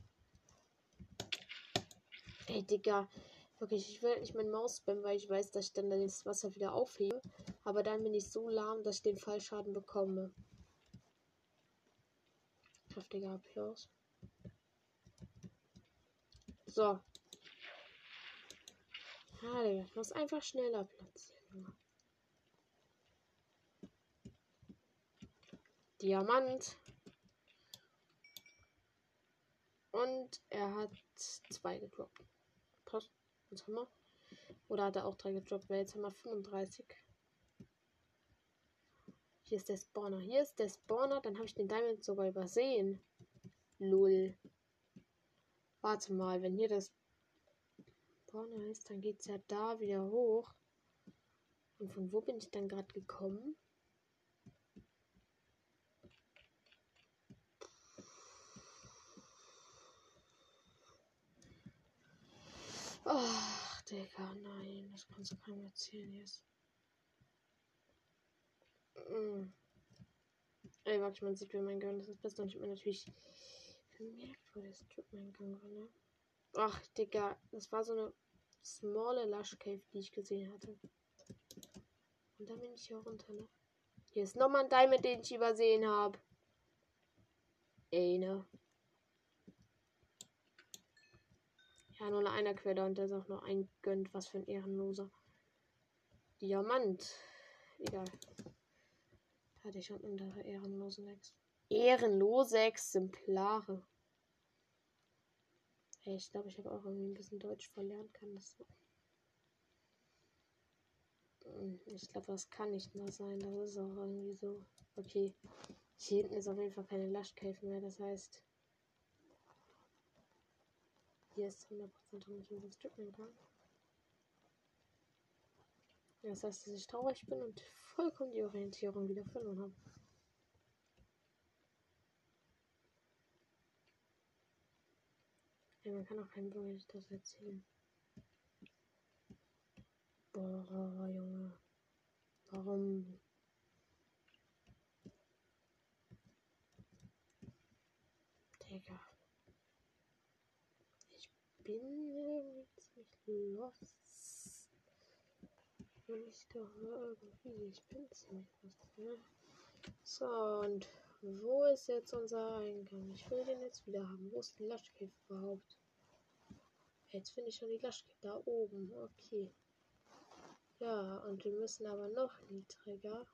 Ey, Digga. Wirklich, ich will nicht meinen Maus spammen, weil ich weiß, dass ich dann das Wasser wieder aufhebe. Aber dann bin ich so lahm, dass ich den Fallschaden bekomme. Kräftiger Applaus. So. Ah, Digga, ich muss einfach schneller platzieren. Diamant. Und er hat 2 gedroppt. Passt. Jetzt haben wir. Oder hat er auch 3 gedroppt? Weil jetzt haben wir 35. Hier ist der Spawner. Hier ist der Spawner. Dann habe ich den Diamond sogar übersehen. Lul. Warte mal, wenn hier das Spawner ist, dann geht es ja da wieder hoch. Und von wo bin ich dann gerade gekommen? Ach, Digga, nein. Das kannst du keinem erzählen jetzt. Ey, warte, man sieht, wie mein Gang das ist. Beste. Und ich habe mir natürlich gemerkt, wo der Strip-Mein-Gang war, ne? Ach, Digga. Das war so eine smalle Lush Cave, die ich gesehen hatte. Und dann bin ich hier runter, ne? Hier ist nochmal ein Diamond, den ich übersehen habe. Ey, ne? Ja, nur einer Quelle und der ist auch noch eingönnt. Was für ein Ehrenloser. Diamant. Egal. Da hatte ich schon andere ehrenlose Exemplare. Hey, ich glaube, ich habe auch irgendwie ein bisschen Deutsch verlernt. Kann das sein? Ich glaube, das kann nicht mehr sein. Das ist auch irgendwie so. Okay. Hier hinten ist auf jeden Fall keine Lush Cave mehr. Das heißt, hier ist 100% nicht unser Stripman kann. Das heißt, dass ich traurig bin und vollkommen die Orientierung wieder verloren habe. Ja, man kann auch keinem wirklich das erzählen. Boah, Junge. Warum? Digga. Ich bin irgendwie ziemlich lost. Und ich doch irgendwie. Ich bin ziemlich lost, ne? So, und wo ist jetzt unser Eingang? Ich will den jetzt wieder haben. Wo ist die Lush Cave überhaupt? Jetzt finde ich schon die Lush Cave da oben. Okay. Ja, und wir müssen aber noch niedriger,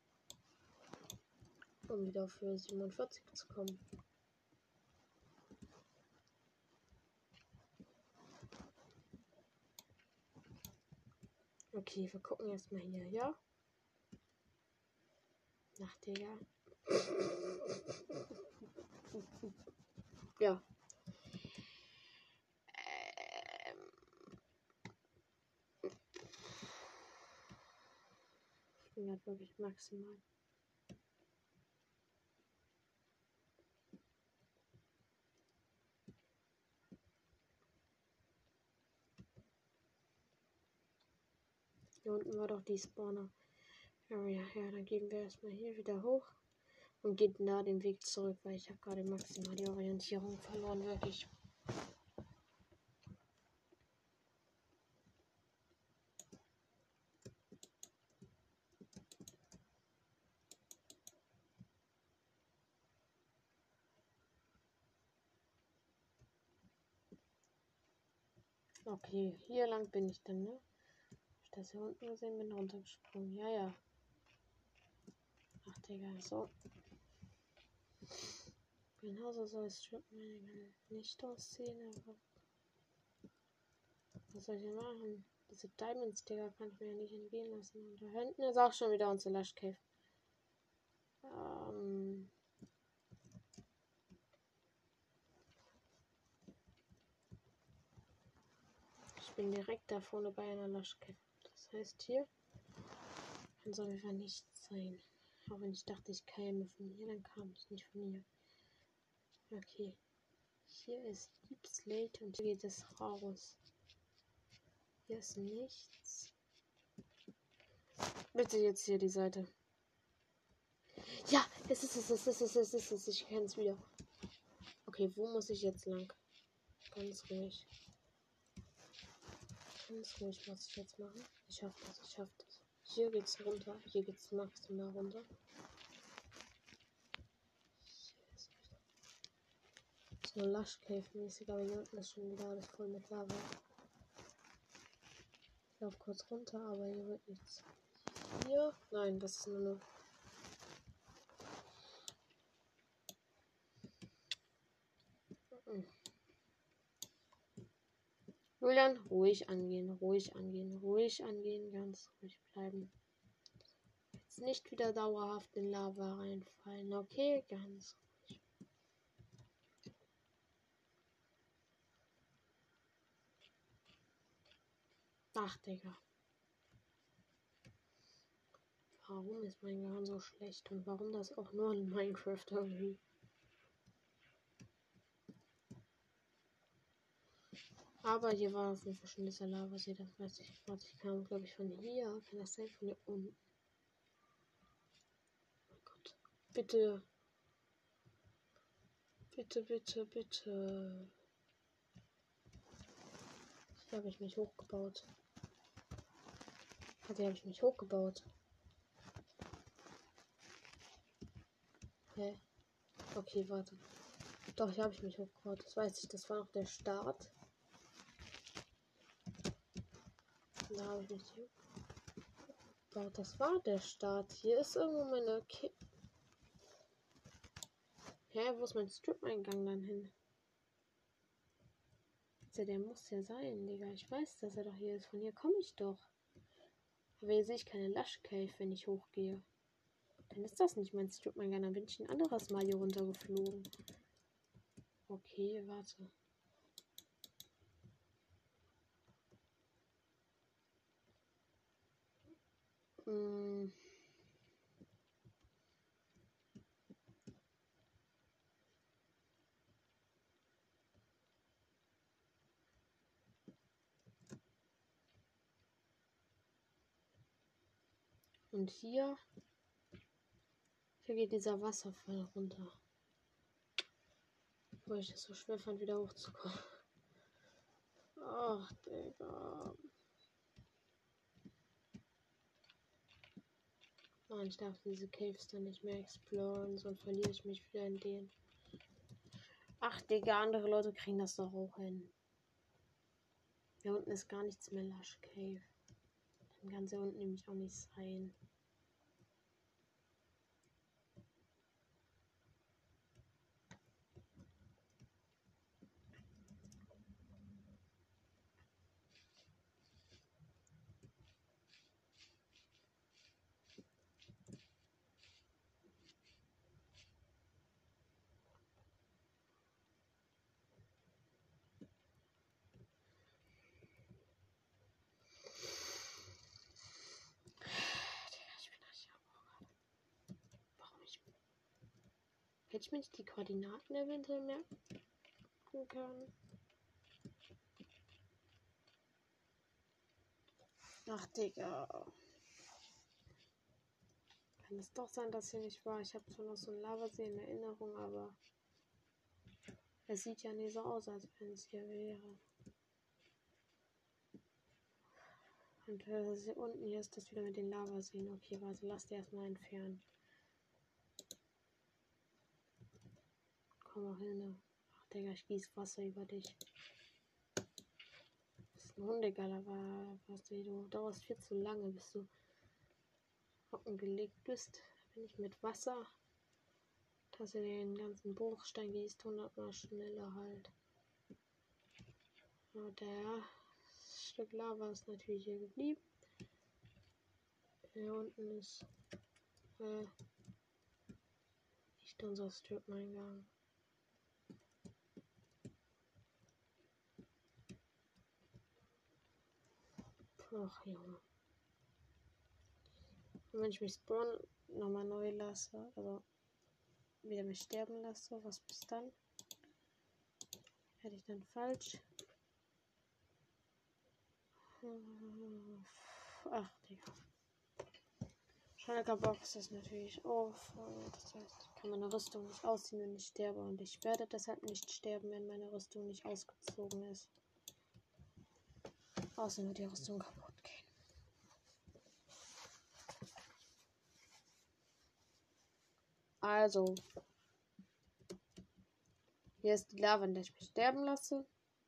um wieder auf Höhe 47 zu kommen. Okay, wir gucken erstmal hier, ja? Ach, Digga. Ja. Ich bin gerade wirklich maximal. Hier unten war doch die Spawner. Ja, dann gehen wir erstmal hier wieder hoch und gehen da den Weg zurück, weil ich habe gerade maximal die Orientierung verloren, wirklich. Okay, hier lang bin ich dann, ne? Ich das hier unten gesehen, bin runtergesprungen. Ja, ja. Ach, Digga, so. Genauso soll es nicht aussehen, aber was soll ich denn machen? Diese Diamonds, Digga, kann ich mir ja nicht entgehen lassen. Und da hinten ist auch schon wieder unser Lush Cave. Ich bin direkt da vorne bei einer Lush Cave. Das heißt, hier kann es auf jeden Fall nichts sein. Auch wenn ich dachte, ich käme von hier, dann kam ich nicht von hier. Okay. Hier ist Deep Slate und hier geht es raus. Hier ist nichts. Bitte jetzt hier die Seite. Ja, es ist. Ich kenne es wieder. Okay, wo muss ich jetzt lang? Ganz ruhig. Ganz ruhig muss ich jetzt machen. Ich schaff das. Hier geht's runter. Hier geht's maximal runter. So Lush Cave mäßig, aber hier unten ist schon wieder alles voll mit Lava. Ich laufe kurz runter, aber hier wird nichts. Hier? Nein, das ist nur Julian, ruhig angehen, ganz ruhig bleiben. Jetzt nicht wieder dauerhaft in Lava reinfallen, okay? Ganz ruhig. Ach, Digga. Warum ist mein Gehirn so schlecht und warum das auch nur in Minecraft irgendwie? Aber hier war auf jeden Fall schon dieser Lavasee, das weiß ich. Warte, ich kam, glaube ich, von hier. Kann das sein? Von hier unten. Oh Gott. Bitte. Bitte. Hier habe ich mich hochgebaut. Hier habe ich mich hochgebaut. Hä? Okay, warte. Doch, hier habe ich mich hochgebaut. Das weiß ich. Das war noch der Start. Da habe ich mich hochgebaut. Das war der Start. Hier ist irgendwo meine Hä, wo ist mein Strip-Eingang dann hin? Also, der muss ja sein, Digga. Ich weiß, dass er doch hier ist. Von hier komme ich doch. Aber hier sehe ich keine Lush Cave, wenn ich hochgehe. Dann ist das nicht mein Strip-Eingang. Dann bin ich ein anderes Mal hier runtergeflogen. Okay, warte. Und hier geht dieser Wasserfall runter. Weil ich es so schwer fand, wieder hochzukommen. Ach, Digga. Nein, ich darf diese Caves dann nicht mehr exploren, sonst verliere ich mich wieder in denen. Ach, Digga, andere Leute kriegen das doch auch hin. Hier unten ist gar nichts mehr Lush Cave. Dann kann es hier unten nämlich auch nicht sein. ich mir nicht die Koordinaten eventuell merken kann? Ach, Digga. Kann es doch sein, dass hier nicht war. Ich habe zwar noch so ein Lavasee in Erinnerung, aber es sieht ja nie so aus, als wenn es hier wäre. Und hier unten hier ist das wieder mit den Lavaseen. Okay, warte, lass die erstmal entfernen. Komm mal hin. Ach, Digga, ich gieße Wasser über dich. Das ist ein Hundegaller, was du dauerst viel zu lange, bis du hocken gelegt bist. Wenn ich mit Wasser, dass du den ganzen Bruchstein gießt, 100-mal schneller halt. Und der Stück Lava ist natürlich hier geblieben. Hier unten ist nicht unser Strip-Eingang. Ach, Junge. Und wenn ich mich spawnen nochmal neu lasse, also wieder mich sterben lasse, was bis dann? Hätte ich dann falsch? Ach, Digga. Schalker Box ist natürlich auf. Das heißt, ich kann meine Rüstung nicht ausziehen, wenn ich sterbe. Und ich werde deshalb nicht sterben, wenn meine Rüstung nicht ausgezogen ist. Außer wird die Rüstung kaputt gehen. Also. Hier ist die Lava, in der ich mich sterben lasse.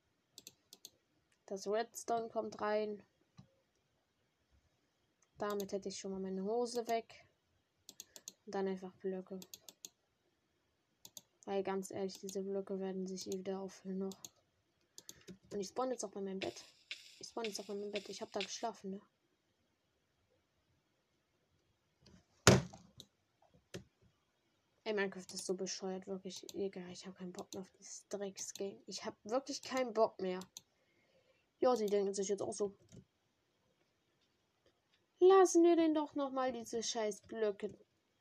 Das Redstone kommt rein. Damit hätte ich schon mal meine Hose weg. Und dann einfach Blöcke. Weil ganz ehrlich, diese Blöcke werden sich wieder auffüllen noch. Und ich spawn jetzt auch bei meinem Bett. Ich habe da geschlafen, ne? Ey, Minecraft ist so bescheuert, wirklich. Egal, ich habe keinen Bock mehr auf dieses Drecksgame. Ich habe wirklich keinen Bock mehr. Ja, sie denken sich jetzt auch so. Lassen wir den doch nochmal diese scheiß Blöcke.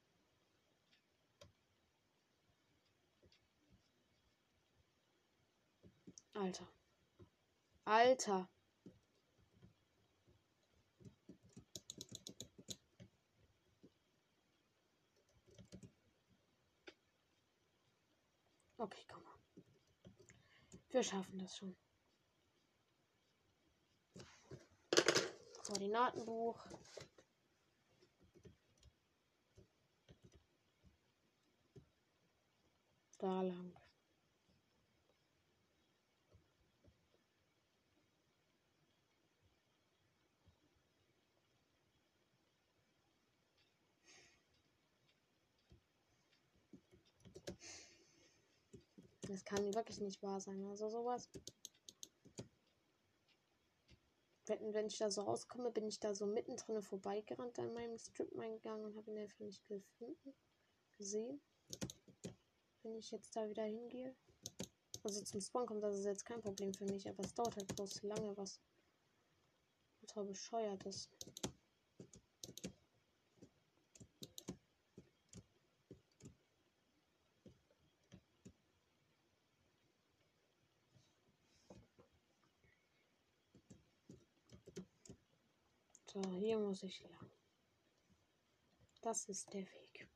Alter. Alter. Okay, komm mal. Wir schaffen das schon. Koordinatenbuch. Da lang. Das kann wirklich nicht wahr sein. Also sowas. Wenn ich da so rauskomme, bin ich da so mittendrin vorbeigerannt an meinem Strip-Eingang und habe ihn einfach nicht gesehen. Wenn ich jetzt da wieder hingehe. Also zum Spawn kommt das ist jetzt kein Problem für mich, aber es dauert halt bloß lange, was total bescheuert ist. So, hier muss ich lang. Das ist der Weg.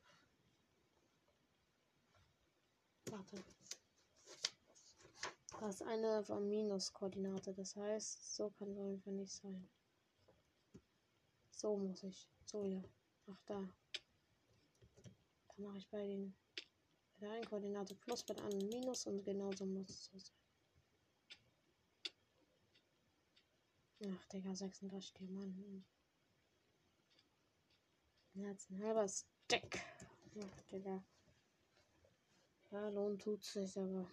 Warte. Das ist eine Minuskoordinate, das heißt, so kann es auf jeden Fall nicht sein. So muss ich. So hier. Ach da. Dann mache ich bei der einen Koordinate plus, bei der anderen minus und genauso muss es so sein. Ach, Digga, 36 Diamanten. Jetzt ein halber Stack. Ach, Digga. Ja, lohnt tut's sich, aber.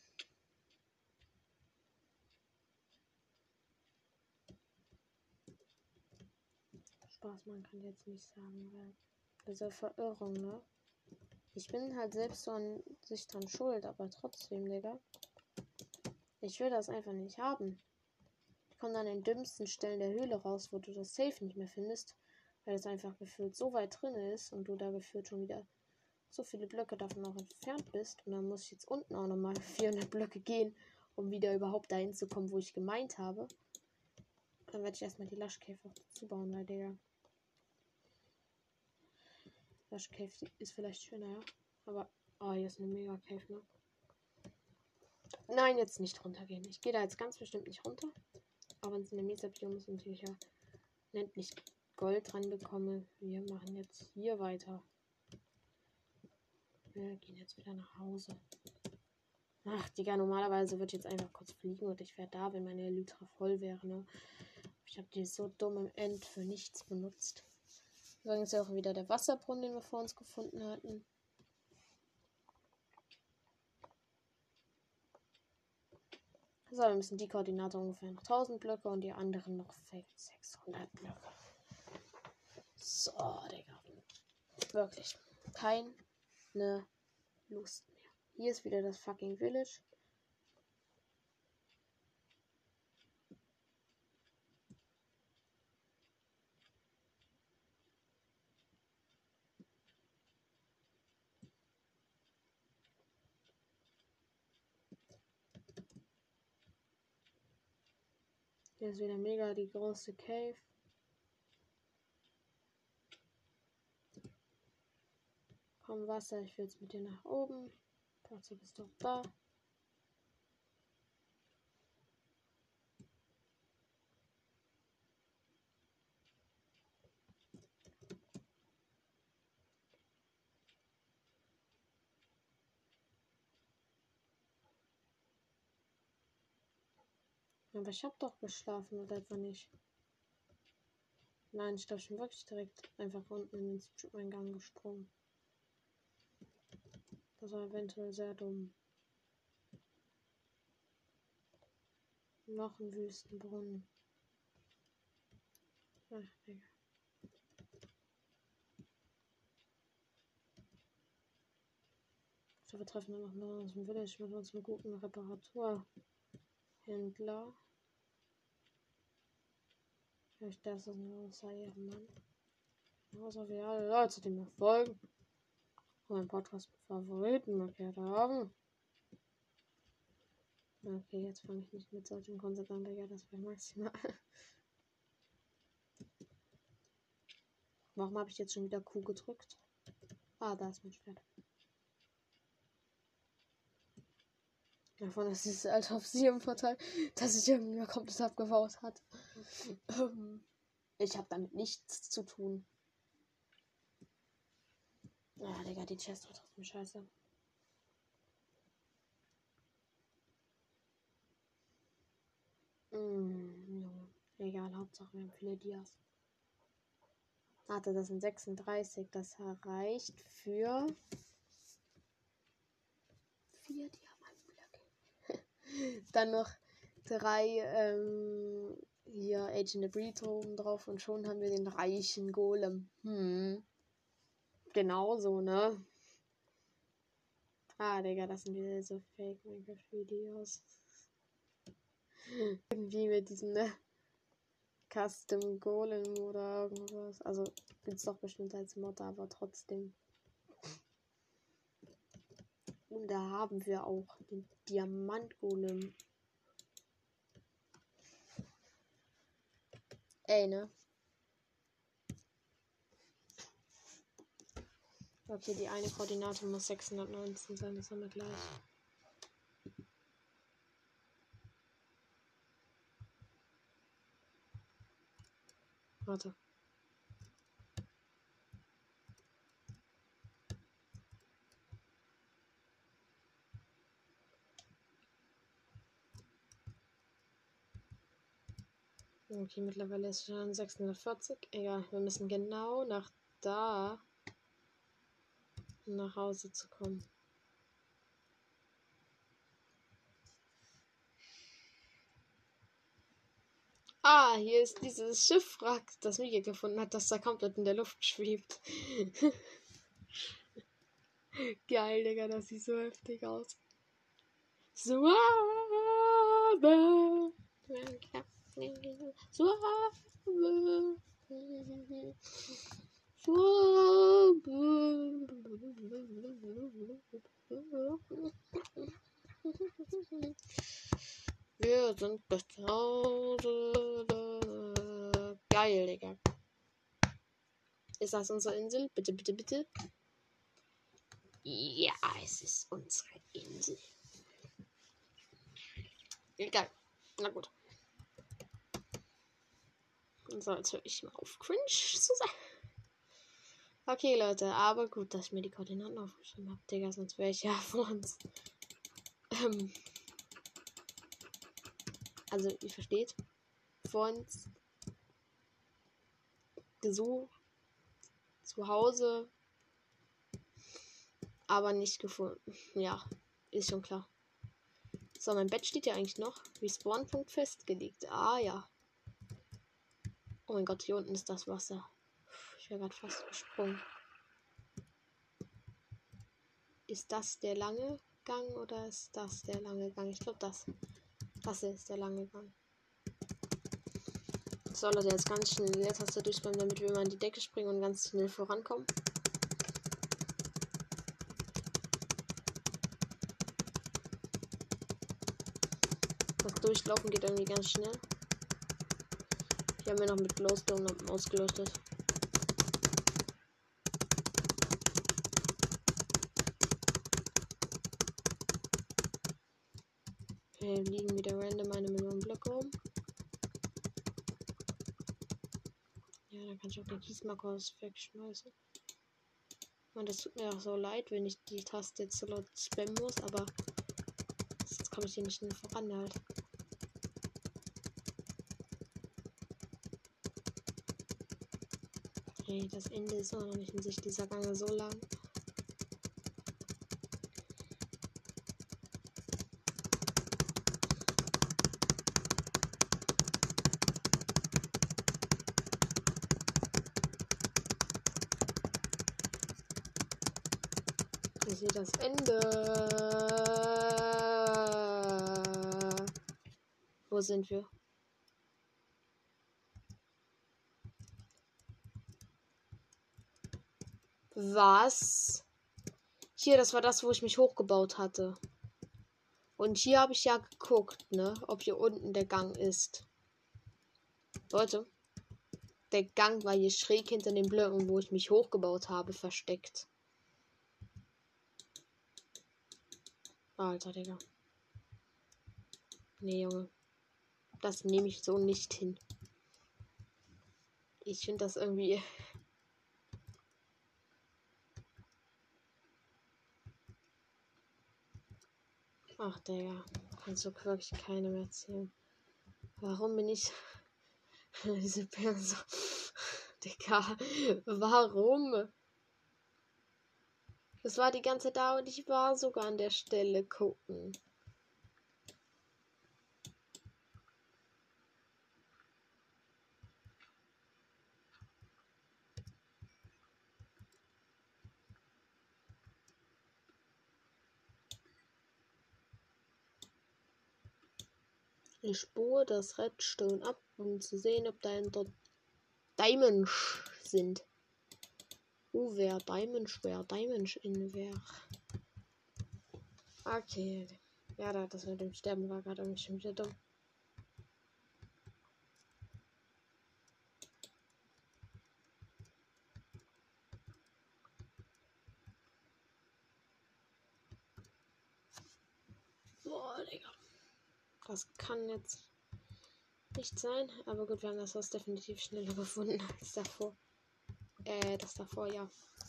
Spaß, man kann jetzt nicht sagen, weil. Diese Verirrung, ne? Ich bin halt selbst so an sich dran schuld, aber trotzdem, Digga. Ich will das einfach nicht haben. Ich komme an den dümmsten Stellen der Höhle raus, wo du das Safe nicht mehr findest, weil es einfach gefühlt so weit drin ist und du da gefühlt schon wieder so viele Blöcke davon noch entfernt bist und dann muss ich jetzt unten auch nochmal 400 Blöcke gehen, um wieder überhaupt dahin zu kommen, wo ich gemeint habe. Dann werde ich erstmal die Lush-Cave auch zubauen, weil der Lush-Cave ist vielleicht schöner, ja. Aber, oh, hier ist eine Mega-Cave, ne? Nein, jetzt nicht runtergehen. Ich gehe da jetzt ganz bestimmt nicht runter. Auch wenn es in der Mesa-Biom ist und ich ja endlich Gold dran bekomme. Wir machen jetzt hier weiter. Wir gehen jetzt wieder nach Hause. Ach, Digga, normalerweise würde ich jetzt einfach kurz fliegen und ich wäre da, wenn meine Elytra voll wäre, ne? Ich habe die so dumm im End für nichts benutzt. Übrigens ja auch wieder der Wasserbrunnen, den wir vor uns gefunden hatten. So, wir müssen die Koordinate ungefähr noch 1000 Blöcke und die anderen noch 600 Blöcke. So, Digga. Wirklich. Keine Lust mehr. Hier ist wieder das fucking Village. Hier ist wieder mega die große Cave. Komm, Wasser, ich will jetzt mit dir nach oben. Dazu bist du da. Aber ich habe doch geschlafen oder etwa nicht. Nein, ich glaube, ich bin wirklich direkt einfach unten in den Strip-Eingang gesprungen. Das war eventuell sehr dumm. Noch ein Wüstenbrunnen. Ach, Digga. So, wir treffen dann noch aus dem Village mit unserem guten Reparaturhändler. Vielleicht das ist ein großer Ehrenmann. Außer wir alle Leute, die mir folgen und meinen Podcast mit Favoriten markiert haben. Okay, jetzt fange ich nicht mit solchen Konzept an, Digga, das wäre maximal. Warum habe ich jetzt schon wieder Q gedrückt? Ah, da ist mein Schwert. Davon ist dieses alte Obsidian-Portal, das sich irgendwie mal komplett abgebaut hat. Ich habe damit nichts zu tun. Ja, Digga, die Chest war trotzdem scheiße. Junge. Egal, Hauptsache wir haben viele Dias. Warte, das sind 36. Das reicht für 4 Diamantblöcke. Dann noch 3 hier Agent Abrito oben drauf und schon haben wir den reichen Golem. Genauso, ne? Ah, Digga, das sind wieder so Fake-Minecraft-Videos. Irgendwie mit diesem, ne? Custom Golem oder irgendwas. Also, gibt's doch bestimmt als Mod, aber trotzdem. Und da haben wir auch den Diamant-Golem. Ey, ne? Okay, die eine Koordinate muss 619 sein, das haben wir gleich. Warte. Okay, mittlerweile ist es schon 640. Egal, wir müssen genau nach da nach Hause zu kommen. Ah, hier ist dieses Schiffwrack, das Mika gefunden hat, das da komplett in der Luft schwebt. Geil, Digga, das sieht so heftig aus. Suave. Suave. Wir sind zu Hause. Geil, Digga. Ist das unsere Insel? Bitte, bitte, bitte. Ja, es ist unsere Insel. Egal. Na gut. So, jetzt höre ich mal auf, cringe zu sein. Okay, Leute, aber gut, dass ich mir die Koordinaten aufgeschrieben habe, Digga, sonst wäre ich ja vor uns. Also, ihr versteht. Vor uns gesucht. Zu Hause. Aber nicht gefunden. Ja, ist schon klar. So, mein Bett steht ja eigentlich noch. Respawn-Punkt festgelegt. Ah, ja. Oh mein Gott, hier unten ist das Wasser. Ich wäre gerade fast gesprungen. Ist das der lange Gang oder ist das der lange Gang? Ich glaube, das ist der lange Gang. So, Leute, jetzt ganz schnell die Leertaste durchspammen, damit wir mal an die Decke springen und ganz schnell vorankommen. Das Durchlaufen geht irgendwie ganz schnell. Ich habe mir noch mit Glowstone ausgeleuchtet. Hier liegen wieder random 1 Million Blöcke rum. Ja, dann kann ich auch den Kiesmarker wegschmeißen. Und das tut mir auch so leid, wenn ich die Taste jetzt so laut spammen muss, aber jetzt komme ich hier nicht mehr voran halt. Hey, das Ende ist auch noch nicht in Sicht, dieser Gang so lang. Ich sehe das Ende. Wo sind wir? Was? Hier, das war das, wo ich mich hochgebaut hatte. Und hier habe ich ja geguckt, ne, ob hier unten der Gang ist. Leute, der Gang war hier schräg hinter den Blöcken, wo ich mich hochgebaut habe, versteckt. Alter, Digga. Nee, Junge. Das nehme ich so nicht hin. Ich finde das irgendwie... Ach, Digga. Kannst du wirklich keinem erzählen. Warum bin ich... Diese Person... Digga. Warum? Das war die ganze Zeit da und ich war sogar an der Stelle gucken. Ich spure das Redstone ab, um zu sehen, ob da dort Diamonds sind. Wer Diamonds in wer. Okay. Ja, das mit dem Sterben war gerade irgendwie schon wieder dumm. Boah, Digga. Das kann jetzt nicht sein. Aber gut, wir haben das Haus definitiv schneller gefunden als davor. Das davor, ja.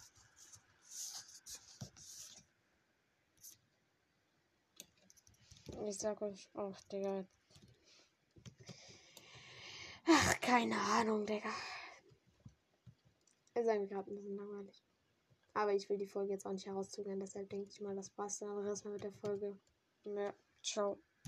Ich sag euch auch, Digga. Ach, keine Ahnung, Digga. Ist eigentlich gerade ein bisschen langweilig. Aber ich will die Folge jetzt auch nicht herauszögern, deshalb denke ich mal, das war's dann. Aber erstmal mit der Folge. Ja, ciao.